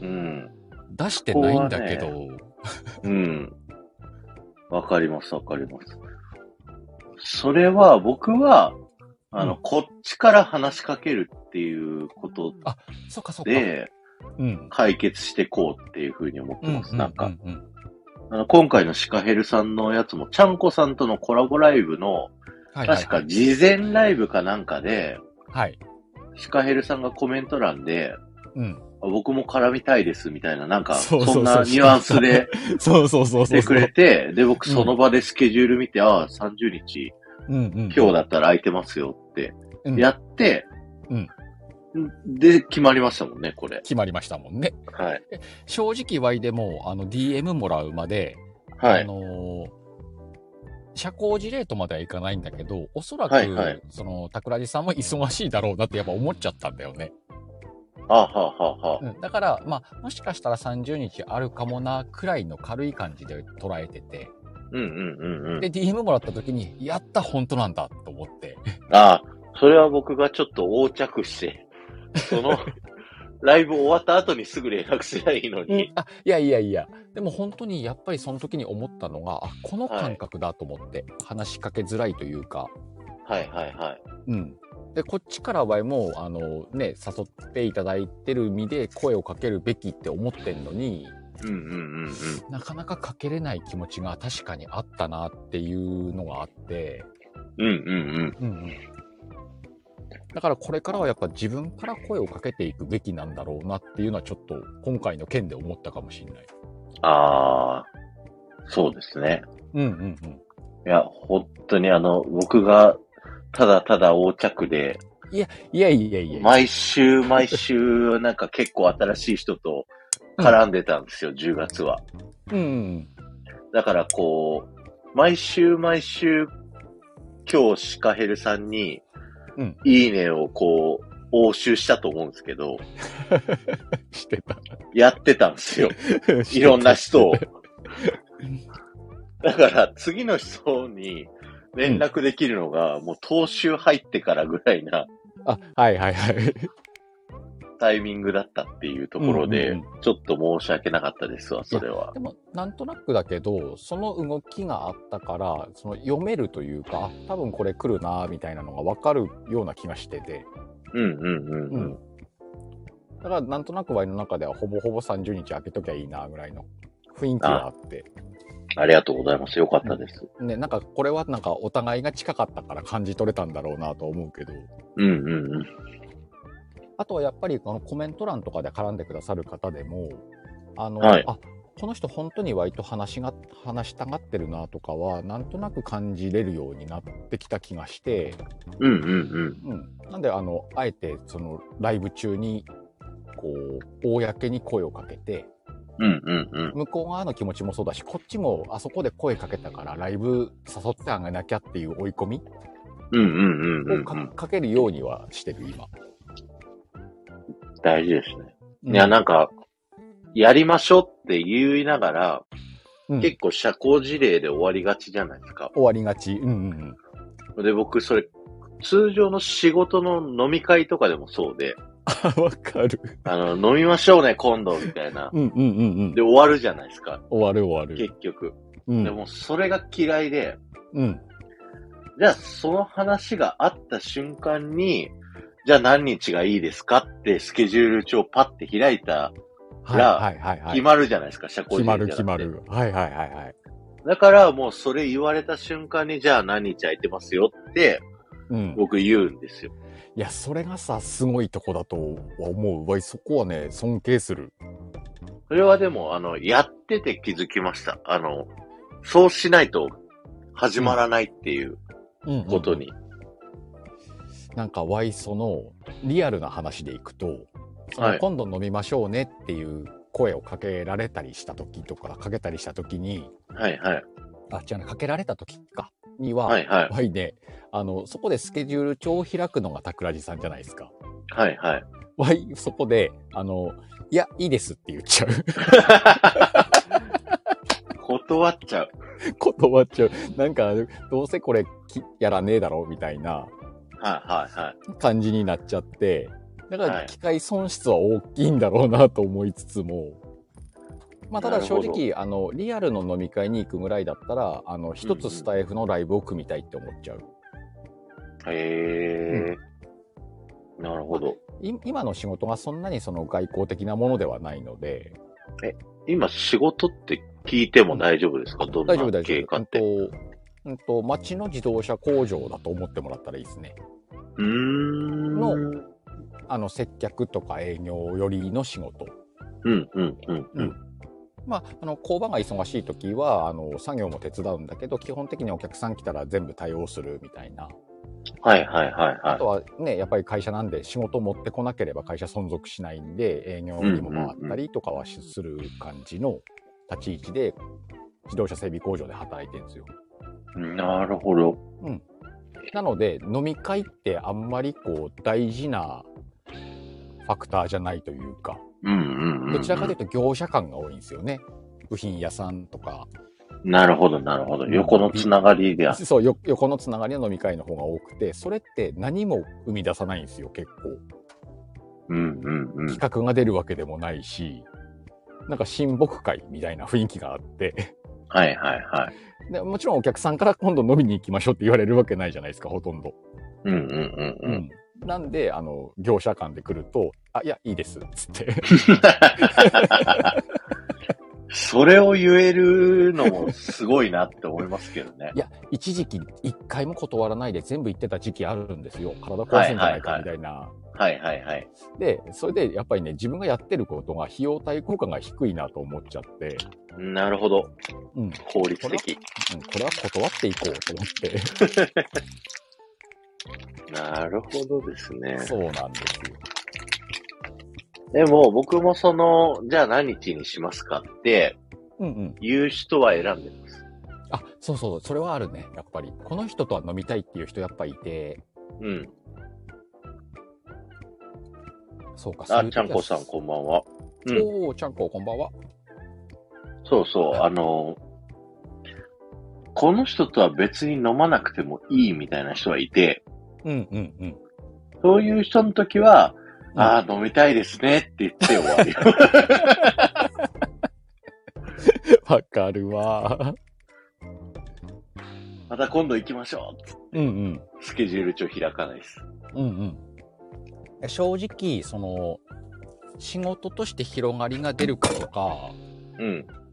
S2: 出してないんだけど。
S1: ね、うん。わかりますわかります。それは僕は、あの、うん、こっちから話しかけるっていうことで、
S2: あ、そうかそうか。
S1: うん、解決していこうっていうふうに思ってます。なんか、あの今回のシカヘルさんのやつも、ちゃんこさんとのコラボライブの、はいはいはい、確か事前ライブかなんかで、
S2: はい、
S1: シカヘルさんがコメント欄で、
S2: うん、
S1: 僕も絡みたいですみたいな、なんか、そんなニュアンスで、
S2: そうそうそうそう。
S1: してくれて、で、僕その場でスケジュール見て、うん、ああ、さんじゅうにち、うんうん、今日だったら空いてますよって、やって、うんうん、で、決まりましたもんね、これ。
S2: 決まりましたもんね。
S1: はい。
S2: 正直、ワイでも、あの、ディーエム もらうまで、
S1: はい。
S2: あのー、社交辞令とまではいかないんだけど、おそらく、はいはい、その、桜地さんも忙しいだろうなってやっぱ思っちゃったんだよね。
S1: はあ、はあはあはあ、
S2: うん。だから、まあ、もしかしたらさんじゅうにちあるかもな、くらいの軽い感じで捉えてて。
S1: うんうんうんうん。
S2: で、ディーエム もらった時に、やった、本当なんだ、と思って。
S1: ああ、それは僕がちょっと横着して、その、ライブ終わった後にすぐ連絡すればいいのに、
S2: うん。あ、いやいやいや。でも本当にやっぱりその時に思ったのが、あ、この感覚だと思って、はい、話しかけづらいというか。
S1: はいはいはい。
S2: うん。で、こっちからはもう、あのね、誘っていただいてる身で声をかけるべきって思ってんのに、
S1: うんうんうんうん、
S2: なかなかかけれない気持ちが確かにあったなっていうのがあって、
S1: うんうんうん。うんうん、
S2: だからこれからはやっぱ自分から声をかけていくべきなんだろうなっていうのはちょっと今回の件で思ったかもしれない。
S1: ああ、そうですね。
S2: うんうんうん。
S1: いや、本当にあの、僕がただただ横着で、
S2: いや、いやいやいや。
S1: 毎週毎週なんか結構新しい人と絡んでたんですよ、うん、じゅうがつは。
S2: うん、うん。
S1: だからこう、毎週毎週、今日シカヘルさんに、うん、いいねをこう、応酬したと思うんですけど。
S2: してた。
S1: やってたんですよ。いろんな人を。だから次の人に連絡できるのが、うん、もう当週入ってからぐらいな。
S2: あ、はいはいはい。
S1: タイミングだったっていうところで、うんうんうん、ちょっと申し訳なかったですわ、それは。
S2: でも、なんとなくだけど、その動きがあったから、その読めるというか、多分これ来るなみたいなのが分かるような気がしてて。
S1: うんうんうんうん。うん、
S2: だから、なんとなくワイの中ではほぼほぼさんじゅうにち空けときゃいいなぐらいの雰囲気があって。
S1: ありがとうございます。よかったです。
S2: ね、なんかこれはなんかお互いが近かったから感じ取れたんだろうなと思うけど。
S1: うんうんうん。
S2: あとはやっぱりこのコメント欄とかで絡んでくださる方でも、あの、
S1: はい、
S2: あ、この人本当に割と話が、話したがってるなとかは、なんとなく感じれるようになってきた気がして、
S1: うんうんうん。
S2: うん。なんで、あの、あえてそのライブ中に、こう、公に声をかけて、
S1: うんうんうん。
S2: 向こう側の気持ちもそうだし、こっちもあそこで声かけたからライブ誘ってあげなきゃっていう追い込み
S1: うんうんうんうん、
S2: を か,、かけるようにはしてる、今。
S1: 大事ですね。うん、いや、なんか、やりましょうって言いながら、うん、結構社交辞令で終わりがちじゃないですか。
S2: 終わりがち。うんうん
S1: うん。で、僕、それ、通常の仕事の飲み会とかでもそうで、
S2: わかる。
S1: あの、飲みましょうね、今度、みたいな。
S2: うんうんうんうん。
S1: で、終わるじゃないですか。
S2: 終わる終わる。
S1: 結局。
S2: うん、
S1: でも、それが嫌いで、
S2: うん。
S1: じゃあ、その話があった瞬間に、じゃあ何日がいいですかってスケジュール帳パッて開いたら、はいはいはいはい、決まるじゃないですか、社交辞令。
S2: 決まる決まる。はいはいはいはい。
S1: だからもうそれ言われた瞬間に、じゃあ何日空いてますよって、うん、僕言うんですよ。
S2: いや、それがさ、すごいとこだと思うわ。そこはね、尊敬する。
S1: それはでも、あの、やってて気づきました。あの、そうしないと始まらないっていうことに。
S2: うんうんうんうん、なんか、ワイソのリアルな話でいくと、その今度飲みましょうねっていう声をかけられたりした時とか、かけたりした時に、
S1: はいはい。
S2: あ、違うね、かけられた時か。には、
S1: はいはい。
S2: はいね、あの、そこでスケジュール帳を開くのが桜地さんじゃないですか。
S1: はいはい。
S2: わい、そこで、あの、いや、いいですって言っちゃう。
S1: 断っちゃう。
S2: 断っちゃう。なんか、どうせこれやらねえだろみたいな、
S1: はいはいはい。
S2: 感じになっちゃって、だから機械損失は大きいんだろうなと思いつつも、まあ、ただ正直、あの、リアルの飲み会に行くぐらいだったら、あの、一つスタイフのライブを組みたいって思っちゃう。
S1: へー。うん、なるほど。
S2: 今の仕事がそんなにその外交的なものではないので。
S1: え、今仕事って聞いても大丈夫ですか？どんな経過って。
S2: 大丈夫、大丈夫。うんと、町の自動車工場だと思ってもらったらいいですね。
S1: うーん。
S2: の、あの、接客とか営業よりの仕事。
S1: うんうんうんうん。
S2: まあ、あの、工場が忙しい時は、あの、作業も手伝うんだけど、基本的にお客さん来たら全部対応するみたいな。
S1: はいはいはいはい。
S2: あとはね、やっぱり会社なんで仕事を持ってこなければ会社存続しないんで、営業にも回ったりとかはする感じの立ち位置で、自動車整備工場で働いてるんですよ。
S1: なるほど。
S2: うん。なので、飲み会ってあんまりこう、大事なファクターじゃないというか、
S1: うんうんうんうん、
S2: どちらかというと業者感が多いんですよね。部品屋さんとか。
S1: なるほど、なるほど。横のつながりである。
S2: そう、よ、横のつながりの飲み会の方が多くて、それって何も生み出さないんですよ、結構。
S1: うんうんうん。
S2: 企画が出るわけでもないし、なんか親睦会みたいな雰囲気があって。
S1: はいはいはい。
S2: でもちろんお客さんから今度飲みに行きましょうって言われるわけないじゃないですか、ほとんど。
S1: うんうんうんうん。うん
S2: なんで、あの、業者間で来ると、あ、いや、いいです、つって。
S1: それを言えるのもすごいなって思いますけどね。
S2: いや、一時期一回も断らないで全部言ってた時期あるんですよ。体壊すんじゃないかみたいな。
S1: はいはいはい。
S2: で、それでやっぱりね、自分がやってることが費用対効果が低いなと思っちゃって。
S1: なるほど。
S2: うん。
S1: 効率的。
S2: これは、うん、これは断っていこうと思って。
S1: なるほどですね。
S2: そうなんですよ。
S1: でも僕もその、じゃあ何日にしますかって、
S2: うんうん、
S1: 言う人は選んでます。
S2: あ、そうそう、それはあるね、やっぱり。この人とは飲みたいっていう人やっぱいて。
S1: うん。
S2: そうか、
S1: あ、ちゃんこさんこんばんは。
S2: うん、おー、ちゃんここんばんは。
S1: そうそう、あの、この人とは別に飲まなくてもいいみたいな人はいて、
S2: うんうんうん。
S1: そういう人の時は、うん、ああ、飲みたいですねって言って終わるよ。
S2: わかるわ。
S1: また今度行きましょう。
S2: うんうん。
S1: スケジュール帳開かないです。
S2: うんうん。正直、その、仕事として広がりが出るかとか、
S1: うん。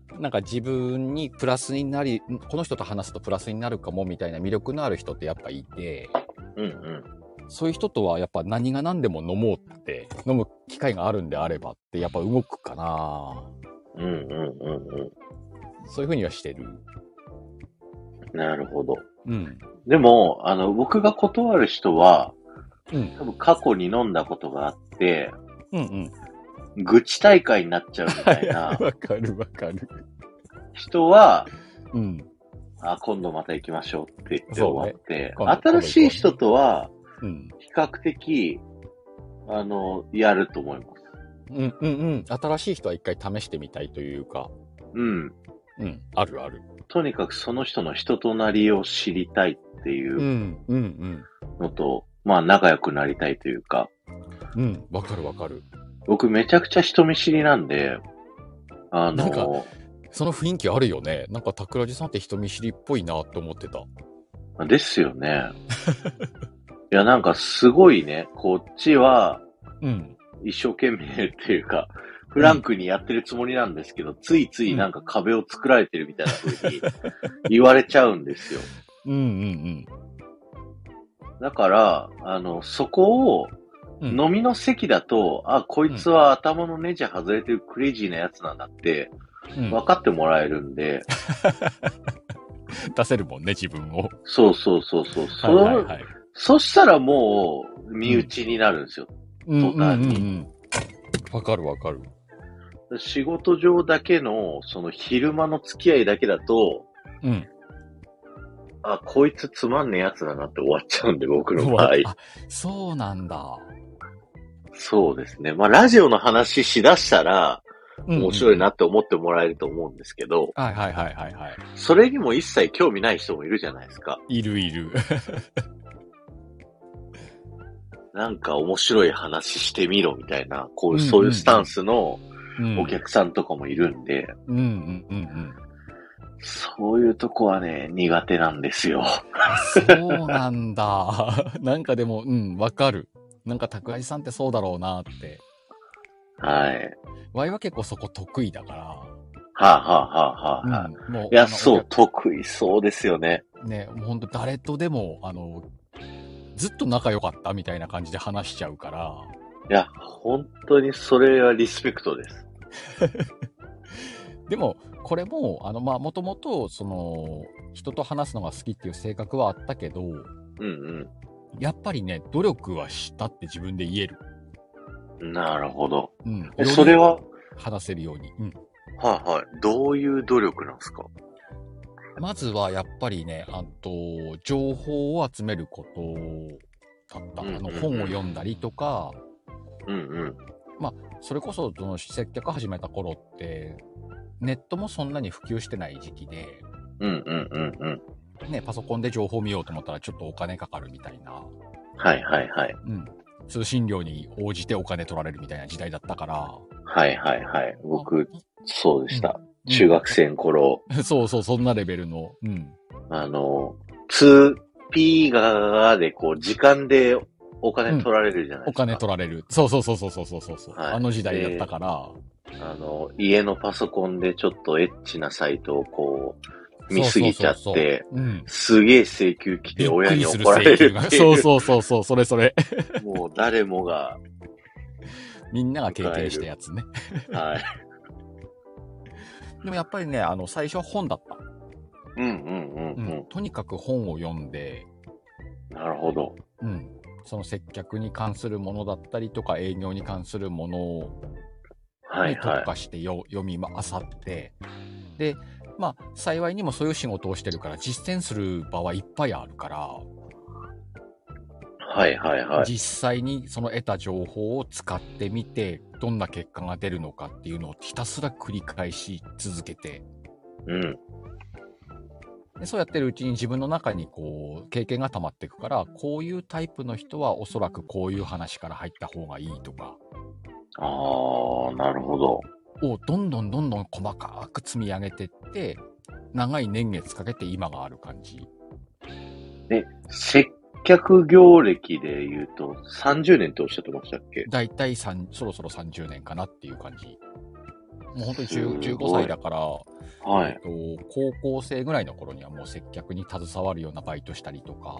S2: なんか自分にプラスになり、この人と話すとプラスになるかもみたいな魅力のある人ってやっぱいて、
S1: うんうん。
S2: そういう人とはやっぱ何が何でも飲もうって、飲む機会があるんであればってやっぱ動くかな。
S1: うんうんうんうん。
S2: そういうふうにはしてる。
S1: なるほど。
S2: うん。
S1: でも、あの、僕が断る人は、
S2: うん。
S1: 多分過去に飲んだことがあって、
S2: うんうん。
S1: 愚痴大会になっちゃうみたいな
S2: わかるわかる。
S1: 人は、
S2: うん。
S1: あ、今度また行きましょうって言って終わって、
S2: そうね、
S1: 新しい人とは、
S2: うん、
S1: 比較的、あの、やると思います。
S2: うんうんうん。新しい人は一回試してみたいというか。
S1: うん。
S2: うん。あるある。
S1: とにかくその人の人となりを知りたいっていう
S2: うんうん
S1: のと、うん、まあ仲良くなりたいというか。
S2: うん。わかるわかる。
S1: 僕めちゃくちゃ人見知りなんで、あの、
S2: なんか、その雰囲気あるよね。なんか桜地さんって人見知りっぽいなって思ってた。
S1: ですよね。いや、なんかすごいね、こっちは、
S2: うん。
S1: 一生懸命っていうか、フランクにやってるつもりなんですけど、うん、ついついなんか壁を作られてるみたいな風に言われちゃうんですよ。
S2: うんうんうん。
S1: だから、あの、そこを、飲みの席だと、うん、あ、こいつは頭のネジ外れてるクレイジーなやつなんだって、分かってもらえるんで。
S2: うん、出せるもんね、自分を。
S1: そうそうそうそう。そ, はいはいはい、そしたらもう、身内になるんですよ。
S2: うん、途端に。うんうんうん。わかるわかる。
S1: 仕事上だけの、その昼間の付き合いだけだと、
S2: うん。
S1: あ、こいつつまんねえやつだなって終わっちゃうんで、僕の場合。
S2: あ、そうなんだ。
S1: そうですね。まあ、ラジオの話しだしたら、面白いなって思ってもらえると思うんですけど、
S2: うんうん、はいはいはいはいはい。
S1: それにも一切興味ない人もいるじゃないですか。
S2: いるいる。
S1: なんか面白い話してみろみたいな、こういう、そういうスタンスのお客さんとかもいるんで、
S2: うんうんうんうん。
S1: そういうとこはね、苦手なんですよ。
S2: そうなんだ。なんかでも、うん、わかる。なんか桜井さんってそうだろうなって。
S1: はい。
S2: ワイは結構そこ得意だから。は
S1: あ、はあはあはあ、うん、もういや、そう、得意そうですよね。
S2: ね、もうほんと誰とでも、あの、ずっと仲良かったみたいな感じで話しちゃうから。
S1: いや、本当にそれはリスペクトです。
S2: でも、これも、あの、まあ、もともと、その、人と話すのが好きっていう性格はあったけど、うん
S1: うん。
S2: やっぱりね、努力はしたって自分で言える。
S1: なるほど。
S2: うん。
S1: それは
S2: 話せるように。うん。
S1: はいはい。どういう努力なんですか？
S2: まずはやっぱりね、あと、情報を集めることだった。うんうんうん、あの、本を読んだりとか、
S1: うんうん。
S2: まあ、それこそ、その、接客始めた頃って、ネットもそんなに普及してない時期で、
S1: うんうんうんうん。
S2: ね、パソコンで情報見ようと思ったらちょっとお金かかるみたいな。
S1: はいはいはい。
S2: うん。通信料に応じてお金取られるみたいな時代だったから。
S1: はいはいはい。僕、そうでした。うん、中学生の頃、
S2: うん。そうそう、そんなレベルの。うん。
S1: あの、ツーピー がでこう、時間でお金取られるじゃないですか。
S2: うん、お金取られる。そうそうそうそうそうそうそう、はい。あの時代だったから。
S1: あの、家のパソコンでちょっとエッチなサイトをこう、見すぎちゃって、そうそうそうそう、うん、すげえ請求来て親に怒られるっていう。
S2: そうそうそうそう、それそれ。
S1: もう誰もが。
S2: みんなが経験したやつね。
S1: はい。
S2: でもやっぱりね、あの、最初は本だった。
S1: うんうんうんうん。うん、
S2: とにかく本を読んで。
S1: なるほど。
S2: うん。その接客に関するものだったりとか、営業に関するものを、に特化してよ、はいはい、読みまあさって、で、まあ、幸いにもそういう仕事をしてるから、実践する場はいっぱいあるから、
S1: はいはいはい。
S2: 実際にその得た情報を使ってみて、どんな結果が出るのかっていうのをひたすら繰り返し続けて、
S1: うん。
S2: でそうやってるうちに自分の中にこう、経験が溜まっていくから、こういうタイプの人はおそらくこういう話から入った方がいいとか。
S1: ああ、なるほど。
S2: をどんどんどんどん細かく積み上げていって、長い年月かけて今がある感じ。
S1: で、接客業歴で言うとさんじゅうねんっておっしゃってましたっけ？
S2: だいたいそろそろさんじゅうねんかなっていう感じ。 もう本当にじゅう、じゅうごさいだから、
S1: はい。
S2: えっと、高校生ぐらいの頃にはもう接客に携わるようなバイトしたりとか。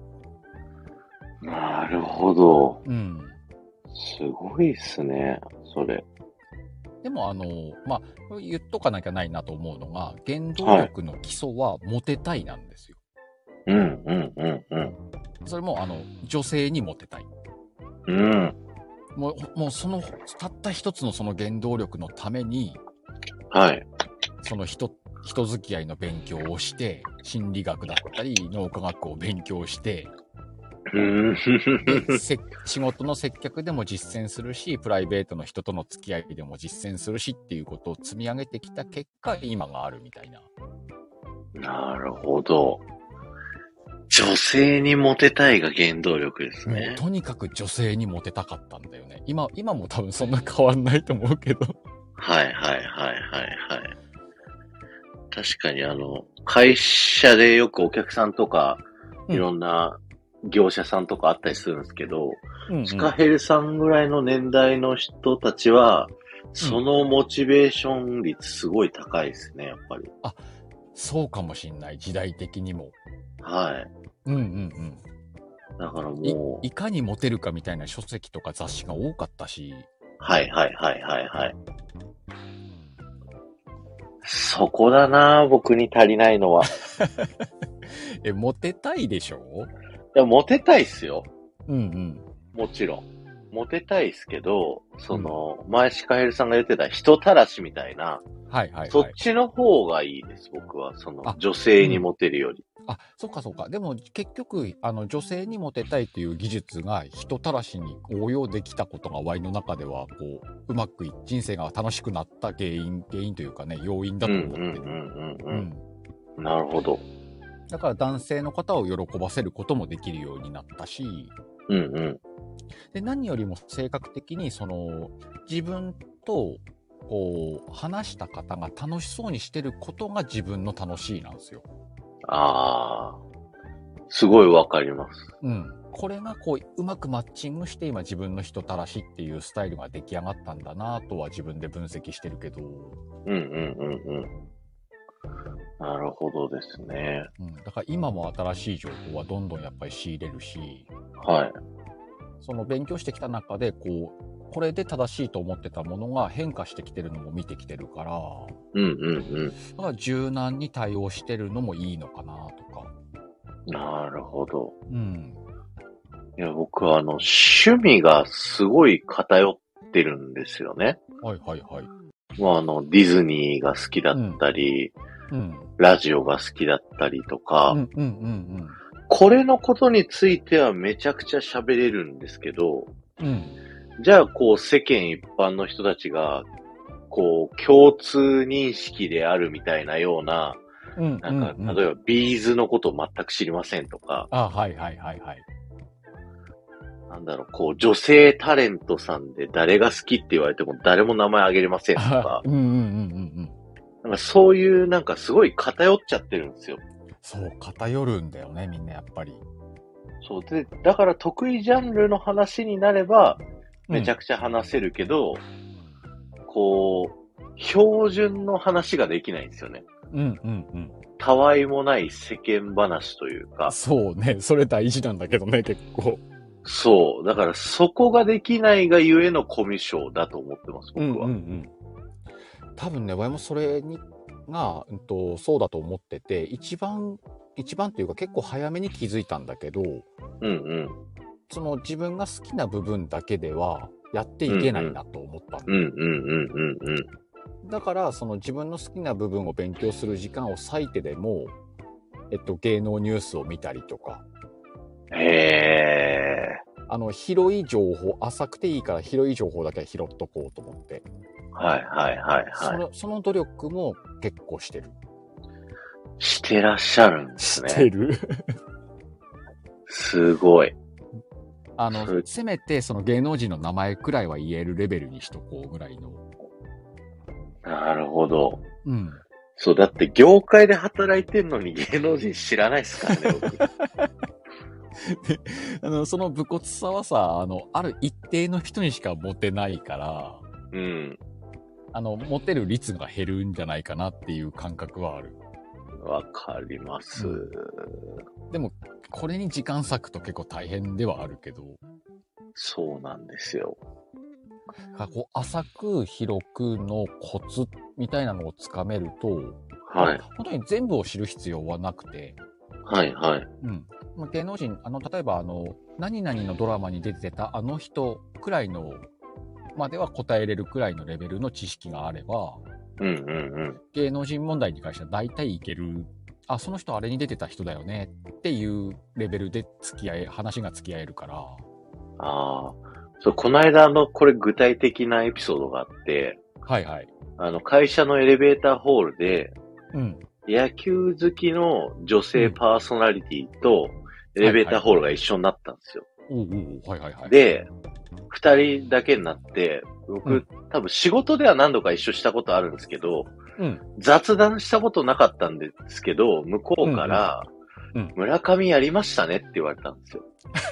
S1: なるほど。
S2: うん。
S1: すごいっすね、それ。
S2: でもあの、まあ、言っとかなきゃないなと思うのが、原動力の基礎はモテたいなんですよ。
S1: うん、うん、うん、うん。
S2: それもあの、女性にモテたい。
S1: うん。
S2: もう、もうその、たった一つのその原動力のために、
S1: はい。
S2: その人、人付き合いの勉強をして、心理学だったり、脳科学を勉強して、
S1: うん。
S2: で、せ仕事の接客でも実践するし、プライベートの人との付き合いでも実践するしっていうことを積み上げてきた結果、今があるみたいな。
S1: なるほど。女性にモテたいが原動力です
S2: もう
S1: ね。
S2: とにかく女性にモテたかったんだよね。今、今も多分そんな変わんないと思うけど。
S1: はいはいはいはいはい。確かにあの、会社でよくお客さんとか、いろんな業者さんとかあったりするんですけど、
S2: うんうん、
S1: シカヘルさんぐらいの年代の人たちは、そのモチベーション率すごい高いですね、やっぱり。
S2: あ、そうかもしんない。時代的にも。
S1: はい。
S2: うんうんうん。
S1: だからも
S2: うい。いかにモテるかみたいな書籍とか雑誌が多かったし。
S1: はいはいはいはいはい。そこだな、僕に足りないのは。
S2: え、モテたいでしょ？
S1: いや、モテたいっすよ。
S2: うんうん。
S1: もちろん。モテたいっすけど、その、うん、前シカヘルさんが言ってた人たらしみたいな、
S2: はいはいはい。
S1: そっちの方がいいです、僕は。その、女性にモテるより。
S2: あ、そっかそっか。でも結局、あの、女性にモテたいという技術が人たらしに応用できたことがワイの中では、こう、うまくい、人生が楽しくなった原因、原因というかね、要因だと思ってる。
S1: うんうんうんうんうん。なるほど。
S2: だから男性の方を喜ばせることもできるようになったし、
S1: うんうん。
S2: で、何よりも性格的に、その、自分と、こう、話した方が楽しそうにしてることが自分の楽しいなんですよ。
S1: ああ、すごいわかります。
S2: うん。これがこう、うまくマッチングして今自分の人たらしっていうスタイルが出来上がったんだなとは自分で分析してるけど。
S1: うんうんうんうん。なるほどですね。
S2: うん。だから今も新しい情報はどんどんやっぱり仕入れるし。
S1: はい。
S2: その勉強してきた中で、こう、これで正しいと思ってたものが変化してきてるのも見てきてるから。
S1: うんうんうん。
S2: だから柔軟に対応してるのもいいのかなとか。
S1: なるほど。
S2: うん。
S1: いや、僕はあの、趣味がすごい偏ってるんですよね。
S2: はいはいはい。
S1: まああの、ディズニーが好きだったり、うんうん、ラジオが好きだったりとか、うんうんうんうん、これのことについてはめちゃくちゃ喋れるんですけど、うん、じゃあこう世間一般の人たちが、こう共通認識であるみたいなような、うんうんうん、なんか例えばビーズのことを全く知りませんとか、
S2: あ、はいはいはいはい。
S1: なんだろう、こう、女性タレントさんで誰が好きって言われても誰も名前あげれませんとか、うんうんうんうん、なんかそういうなんかすごい偏っちゃってるんですよ。
S2: そう、偏るんだよね、みんなやっぱり。
S1: そうで、だから得意ジャンルの話になれば、めちゃくちゃ話せるけど、うん、こう、標準の話ができないんですよね。
S2: うんうんうん。
S1: たわいもない世間話というか。
S2: そうね、それ大事なんだけどね、結構。
S1: そう。だからそこができないがゆえのコミュ障だと思ってます、僕は。うんうんうん。
S2: 多分ね、わもそれに、が、うんと、そうだと思ってて、一番、一番っていうか結構早めに気づいたんだけど、うんうん。その自分が好きな部分だけではやっていけないなと思ったんだ。うんうんうんうんうん。だから、その自分の好きな部分を勉強する時間を割いてでも、えっと、芸能ニュースを見たりとか。
S1: へー。
S2: あの、広い情報、浅くていいから広い情報だけは拾っとこうと思って。
S1: はいはいはいはい。
S2: その、その努力も結構してる。
S1: してらっしゃるんですね。
S2: してる。
S1: すごい。
S2: あの、せめてその芸能人の名前くらいは言えるレベルにしとこうぐらいの。
S1: なるほど。
S2: うん。
S1: そう、だって業界で働いてんのに芸能人知らないっすからね、僕。
S2: で、あの、その武骨さはさ、あの、ある一定の人にしか持てないから、
S1: うん。
S2: あの、モテる率が減るんじゃないかなっていう感覚はある。
S1: わかります。
S2: うん、でも、これに時間割くと結構大変ではあるけど。
S1: そうなんですよ。
S2: こう浅く広くのコツみたいなのをつかめると、
S1: はい。
S2: 本当に全部を知る必要はなくて、
S1: はいはい。
S2: うん。まあ、芸能人、あの、例えばあの、何々のドラマに出てたあの人くらいの、までは答えれるくらいのレベルの知識があれば、
S1: うんうんうん。
S2: 芸能人問題に関しては大体いける。あ、その人あれに出てた人だよねっていうレベルで付き合え、話が付き合えるから。
S1: ああ。そう、この間のこれ具体的なエピソードがあって、
S2: はいはい。
S1: あの、会社のエレベーターホールで、
S2: うん。
S1: 野球好きの女性パーソナリティとエレベーターホールが一緒になったんですよ。
S2: おうおう、はいはいはい。
S1: で、二人だけになって、僕、
S2: うん、
S1: 多分仕事では何度か一緒したことあるんですけど、
S2: うん、
S1: 雑談したことなかったんですけど、向こうから、
S2: うんうん、
S1: 村上やりましたねって言われたんですよ。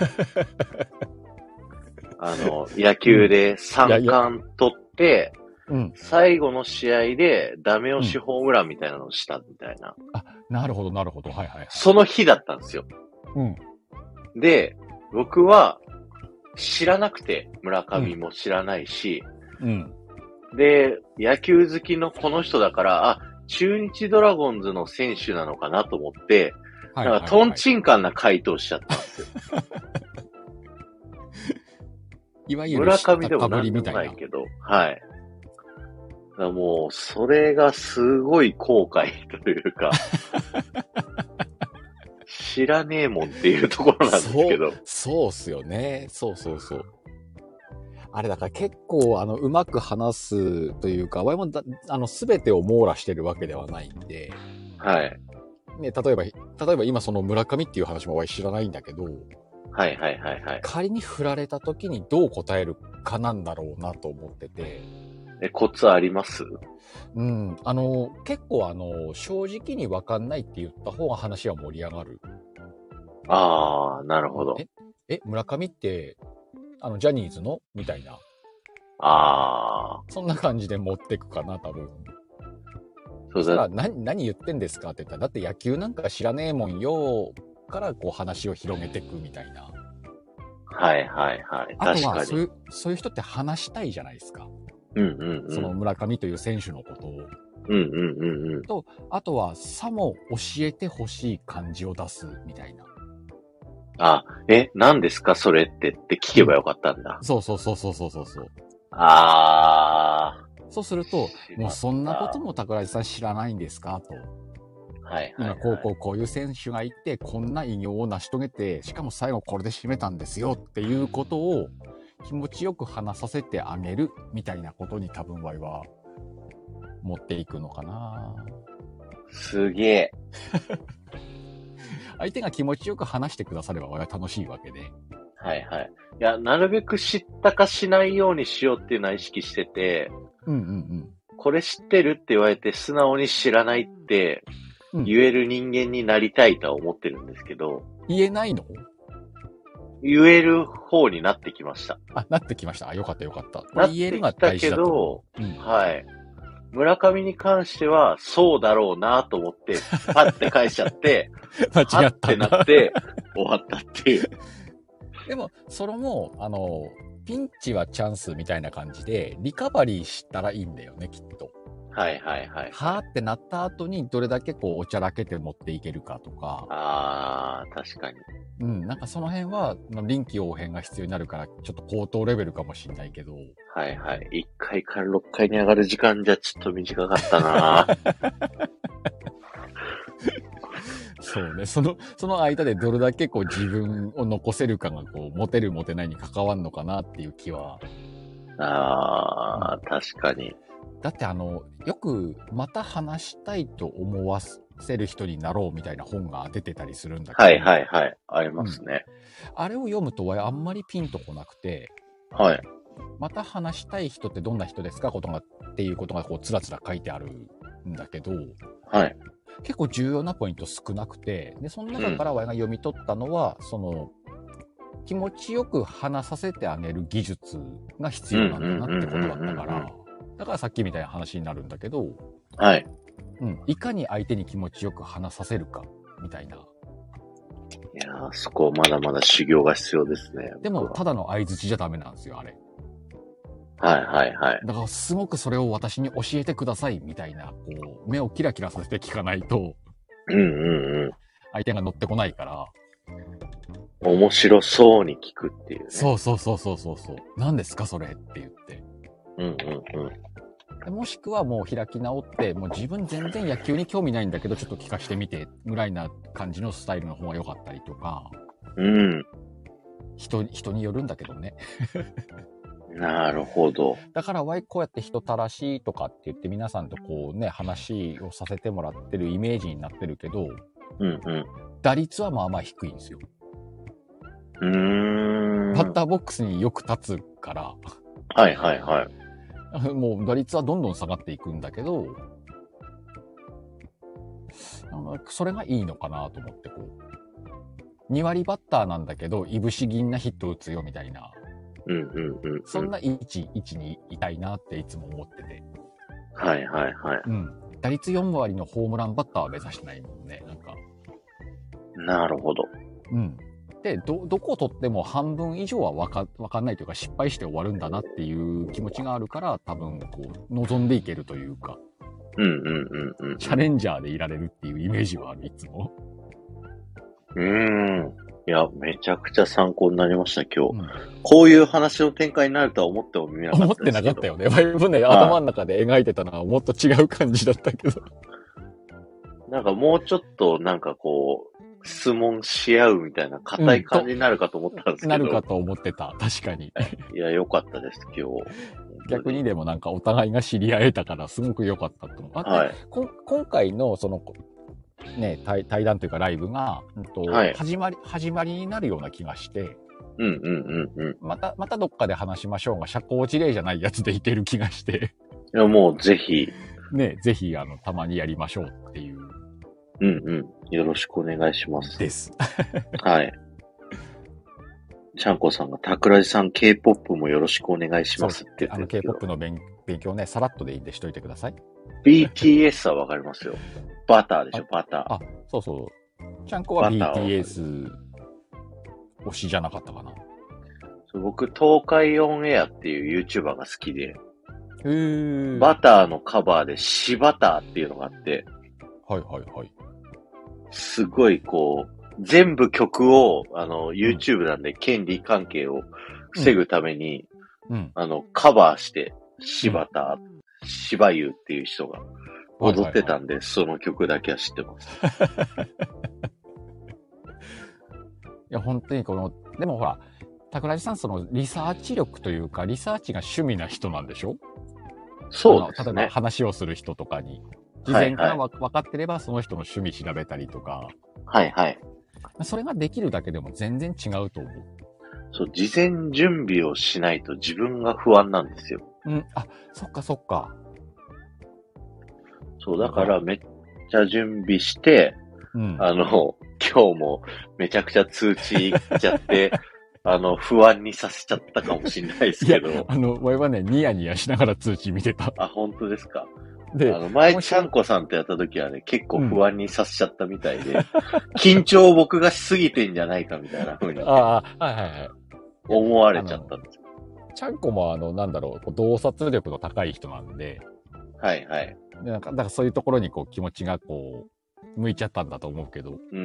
S1: あの、野球で三冠取って、
S2: うん、
S1: 最後の試合でダメ押しホームランみたいなのをしたみたいな。
S2: あ、なるほどなるほど。はいはいはい。
S1: その日だったんですよ。
S2: うん。
S1: で、僕は知らなくて、村上も知らないし、
S2: うん。
S1: で、野球好きのこの人だから、あ、中日ドラゴンズの選手なのかなと思って、
S2: はいはいはい、
S1: なんかトンチンカンな回答しちゃったんですよ。
S2: いわゆる
S1: 村上でも
S2: かぶ
S1: なんで
S2: りみたいな。
S1: もないけど、はい。だからもう、それがすごい後悔というか、知らねえもんっていうところなんですけど。
S2: そう、そうっすよね。そうそうそう。あれだから結構、あの、うまく話すというか、我々もだ、あの、すべてを網羅してるわけではないんで、
S1: はい。
S2: ね、例えば、例えば今その村上っていう話も我々知らないんだけど、
S1: はいはいはいはい。
S2: 仮に振られた時にどう答えるかなんだろうなと思ってて、
S1: え、コツあります？
S2: うん、あの、結構あの、正直に分かんないって言った方が話は盛り上がる。
S1: ああ、なるほど。
S2: え、え、村上って、あの、ジャニーズのみたいな。
S1: ああ、
S2: そんな感じで持ってくかな、多分。
S1: そうだ。
S2: そしたら、何、何言ってんですかって言ったら、だって野球なんか知らねえもんよ、からこう話を広げていくみたいな。
S1: はいはいはい。
S2: あとは、
S1: 確かに。
S2: そういう、そういう人って話したいじゃないですか。
S1: うんうんうん。
S2: その村上という選手のことを。
S1: うんうんうんうん。
S2: と、あとは、さも教えてほしい感じを出すみたいな。
S1: あ、え、何ですかそれってって聞けばよかったんだ。
S2: うん、そうそうそうそうそうそうそう。
S1: ああ。
S2: そうすると、もうそんなことも桜井さん知らないんですかと。
S1: はいはい、はい。
S2: 今こうこうこういう選手がいて、こんな偉業を成し遂げて、しかも最後これで締めたんですよっていうことを気持ちよく話させてあげるみたいなことに多分ワイは持っていくのかな。
S1: すげえ。
S2: 相手が気持ちよく話してくださればワイは楽しいわけで。
S1: はいはい。いや、なるべく知ったかしないようにしようっていうのは意識してて、
S2: うんうんうん。
S1: これ知ってるって言われて素直に知らないって
S2: うん、
S1: 言える人間になりたいとは思ってるんですけど、
S2: 言えないの？
S1: 言える方になってきました。
S2: あ、なってきました。あ、よかったよかった。こ
S1: なって
S2: れ言えるが
S1: きた
S2: 大事
S1: けど、
S2: だと思う。うん、
S1: はい。村上に関しては、そうだろうなと思って、パッて返しちゃって、
S2: 間違ったんだ。
S1: はってなって終わったっていう。
S2: でも、それも、あの、ピンチはチャンスみたいな感じで、リカバリーしたらいいんだよね、きっと。
S1: はいはいはい。
S2: はーってなった後に、どれだけこう、おちゃらけて持っていけるかとか。
S1: あー、確かに。
S2: うん、なんかその辺は、臨機応変が必要になるから、ちょっと高等レベルかもしれないけど。
S1: はいはい。いっかいからろっかいに上がる時間じゃちょっと短かったな
S2: そうね。その、その間でどれだけこう自分を残せるかがこう、持てる持てないに関わるのかなっていう気は。
S1: あー、うん、確かに。
S2: だってあの、よくまた話したいと思わせる人になろうみたいな本が出てたりするんだけど。
S1: はいはいはい。ありますね。
S2: うん、あれを読むとはあんまりピンとこなくて。
S1: はい。
S2: また話したい人ってどんな人ですかことが、っていうことがこう、つらつら書いてあるんだけど。
S1: はい。
S2: 結構重要なポイント少なくて、で、その中から我が読み取ったのは、うん、その、気持ちよく話させてあげる技術が必要なんだなってことだったから、 だからさっきみたいな話になるんだけど、
S1: はい。
S2: うん。いかに相手に気持ちよく話させるか、みたいな。
S1: いやー、そこまだまだ修行が必要ですね。
S2: でも、ただの相槌じゃダメなんですよ、あれ。
S1: はいはいはい。
S2: だから、すごくそれを私に教えてください、みたいな、こう、目をキラキラさせて聞かないと、
S1: うんうんうん。
S2: 相手が乗ってこないから。
S1: 面白そうに聞くっていうね。
S2: そうそうそうそうそうそう。何ですか、それって言って。
S1: うんうんうん。
S2: もしくはもう開き直って、もう自分全然野球に興味ないんだけど、ちょっと聞かしてみて、ぐらいな感じのスタイルの方が良かったりとか。
S1: うん。
S2: 人、人によるんだけどね。
S1: なるほど。
S2: だから、わい、こうやって人たらしとかって言って皆さんとこうね、話をさせてもらってるイメージになってるけど、
S1: うんうん。
S2: 打率はまあまあ低いんですよ。
S1: うーん。
S2: バッターボックスによく立つから。
S1: はいはいはい。
S2: もう打率はどんどん下がっていくんだけど、それがいいのかなと思って、こう。に割バッターなんだけど、いぶし銀なヒット打つよみたいな。
S1: うんうんうん、うん。
S2: そんな位置、位置にいたいなっていつも思ってて。
S1: はいはいはい。
S2: うん。打率よん割のホームランバッターは目指してないもんね、なんか。
S1: なるほど。
S2: うん。で、ど、どこを取っても半分以上はわか、わかんないというか失敗して終わるんだなっていう気持ちがあるから、多分、こう、望んでいけるというか。
S1: うんうんうんうん。
S2: チャレンジャーでいられるっていうイメージはある、いつも。
S1: うーん。いや、めちゃくちゃ参考になりました、今日。
S2: うん、
S1: こういう話の展開になるとは思ってもみなかった
S2: 思ってなかったよね。だいぶね、頭の中で描いてたのはもっと違う感じだったけど。
S1: なんかもうちょっと、なんかこう、質問し合うみたいな硬い感じになるかと思ったんですけど。
S2: なるかと思ってた。確かに。
S1: いや、良かったです、今日。
S2: 逆にでもなんかお互いが知り合えたからすごく良かったと思う。あ、
S1: はい。
S2: こ今回のその、ね、対対談というかライブが、うんと
S1: はい、
S2: 始まり、始まりになるような気がして、
S1: うんうんうんうん。
S2: また、またどっかで話しましょうが、社交辞令じゃないやつでいける気がして、
S1: いや、もうぜひ。
S2: ね、ぜひ、あの、たまにやりましょうっていう。
S1: うんうん。よろしくお願いします。
S2: です。
S1: はい。ちゃんこさんが、たくらじさん K-ポップ もよろしくお願いしますって言って
S2: あの K-ポップ の勉勉強ね、さらっとでいいんでしといてください。
S1: ビーティーエス はわかりますよ。バターでしょ、バター。
S2: あ、そうそう。ちゃんこは ビーティーエス 推しじゃなかったかな。
S1: そう僕、東海オンエアっていう YouTuber が好きで、
S2: へー。
S1: バターのカバーでシバターっていうのがあって、
S2: はいはいはい。
S1: すごいこう、全部曲を、あの、YouTube なんで権利関係を防ぐために、
S2: うんうん、
S1: あの、カバーして、シバター、シバユーっていう人が踊ってたんで、はいはいはい、その曲だけは知ってます。
S2: いや、本当にこの、でもほら、桜地さん、そのリサーチ力というか、リサーチが趣味な人なんでしょ？
S1: そうですね。
S2: 例えば話をする人とかに。事前からわ、はいはい、分かってれば、その人の趣味調べたりとか。
S1: はいはい。
S2: それができるだけでも全然違うと思う。
S1: そう、事前準備をしないと自分が不安なんですよ。
S2: うん、あ、そっかそっか。
S1: そう、だからめっちゃ準備して、うん、あの、今日もめちゃくちゃ通知来ちゃって、あの、不安にさせちゃったかもしれないですけど。
S2: あの、わいはね、ニヤニヤしながら通知見てた。
S1: あ、本当ですか。
S2: で、
S1: あの、前、ちゃんこさんとやった時はね、結構不安にさせちゃったみたいで、うん、緊張を僕がしすぎてんじゃないかみたいな風に、ね。ああ、はいはいはい。思われちゃったんですよ。
S2: ちゃんこもあの、なんだろう、洞察力の高い人なんで。
S1: はいはい。
S2: でなんか、だからそういうところにこう気持ちがこう、向いちゃったんだと思うけど。
S1: うんうん。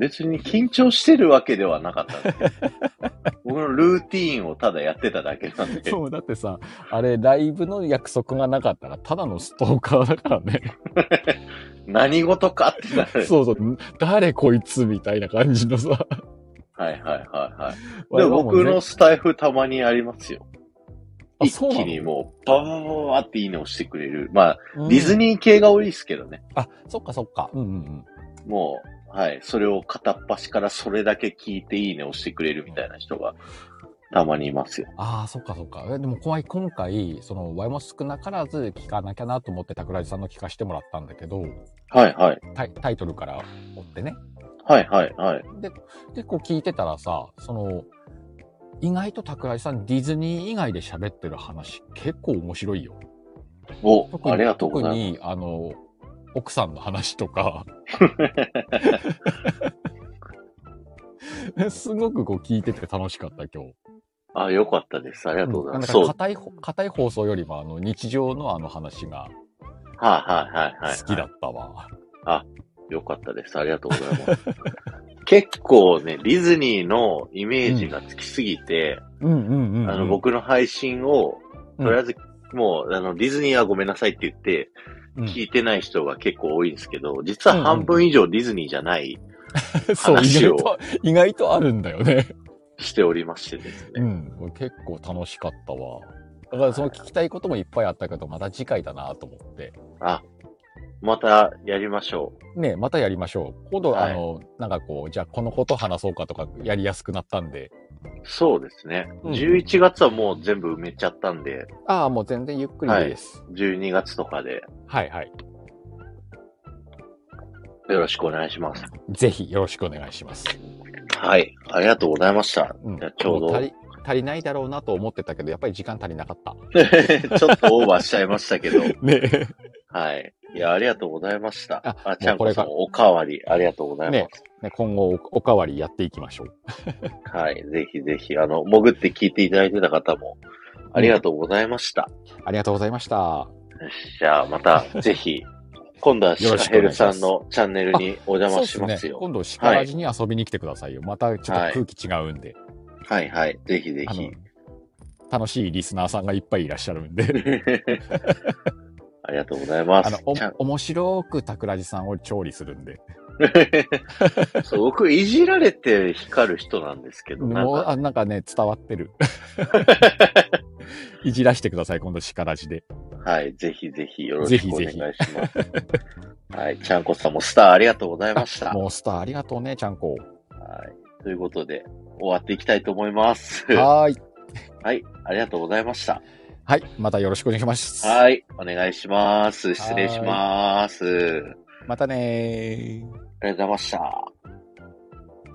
S1: 別に緊張してるわけではなかったんですよ。僕のルーティーンをただやってただけなんで。
S2: そう、だってさ、あれ、ライブの約束がなかったら、ただのストーカーだからね。
S1: 何事かってなる。
S2: そうそう、誰こいつみたいな感じのさ。
S1: はいはいはいはい。でも僕のスタイフたまにありますよ。一気にもう、バババババっていいねをしてくれる。まあ、うん、ディズニー系が多いですけどね。
S2: あ、そっかそっか。うんうんうん。
S1: もう、はい。それを片っ端からそれだけ聞いていいねをしてくれるみたいな人がたまにいますよ。
S2: ああ、そっかそっか。でも怖い、今回、その、ワイも少なからず聞かなきゃなと思って桜地さんの聞かせてもらったんだけど。
S1: はいはい。
S2: タイ、タイトルから追ってね。
S1: はいはいはい。
S2: で、で、こう聞いてたらさ、その、意外と桜井さんディズニー以外で喋ってる話結構面白いよ。
S1: お、
S2: 特に、
S1: ありがとうございます。
S2: 特に、あの、奥さんの話とか、すごくこう聞いてて楽しかった、今日。
S1: あ、よかったです。ありがとうございます。
S2: うん、なん
S1: そう。
S2: か硬い、硬い放送よりも、あの、日常のあの話が、
S1: はいはいはいはい。
S2: 好きだったわ。
S1: あ、よかったです。ありがとうございます。結構ね、ディズニーのイメージがつきすぎて、
S2: うんうんうんうん、
S1: あの、僕の配信を、とりあえず、もう、あの、ディズニーはごめんなさいって言って、聞いてない人が結構多いんですけど、実は半分以上ディズニーじゃない
S2: そう、意
S1: 話を
S2: 外と、意外とあるんだよね。
S1: しておりましてですね。
S2: うん、結構楽しかったわ。だからその聞きたいこともいっぱいあったけど、また次回だなと思って。
S1: あ、またやりましょ
S2: う。ね、またやりましょう。今度、
S1: はい、
S2: あの、なんかこう、じゃあこのこと話そうかとかやりやすくなったんで。
S1: そうですね。
S2: うん、
S1: じゅういちがつはもう全部埋めちゃったんで。
S2: ああ、もう全然ゆっくりです。
S1: はい、じゅうにがつとかで。
S2: はいはい。
S1: よろしくお願いします。
S2: ぜひよろしくお願いします。
S1: はい。ありがとうございました。
S2: うん、
S1: じゃあちょうど。
S2: 足り、足りないだろうなと思ってたけど、やっぱり時間足りなかった。
S1: ちょっとオーバーしちゃいましたけど。
S2: ね。
S1: はい。いや、ありがとうございました。
S2: あ、
S1: あちゃんこさん、おかわりありがとうございます。
S2: ね、ね、今後お、おかわりやっていきましょう。
S1: はい。ぜひぜひ、あの、潜って聞いていただいてた方も、ありがとうございました。
S2: うん、ありがとうございました。よ
S1: し、じゃあ、また、ぜひ、今度はシカヘルさんのチャンネルにお邪魔しますよ。
S2: すね、今度シカラジに遊びに来てくださいよ。はい、またちょっと空気違うんで。
S1: はい、はい、はい。ぜひぜひ。
S2: 楽しいリスナーさんがいっぱいいらっしゃるんで。
S1: ありがとうございます。
S2: あの、お、面白くタクラジさんを調理するんで。
S1: そう、僕、いじられて光る人なんですけど、
S2: もう、あ、なんかね、伝わってる。いじらしてください、今度シカラジで。
S1: はい、ぜひぜひよろしくお願いします。ぜひぜひはい、ちゃんこさんもスターありがとうございました。
S2: もうスターありがとうね、ちゃんこ。
S1: はい。ということで、終わっていきたいと思います。
S2: はい。
S1: はい、ありがとうございました。
S2: はい、またよろしくお願いします。
S1: はい、お願いします。失礼します。
S2: またねー。
S1: ありがとうございました。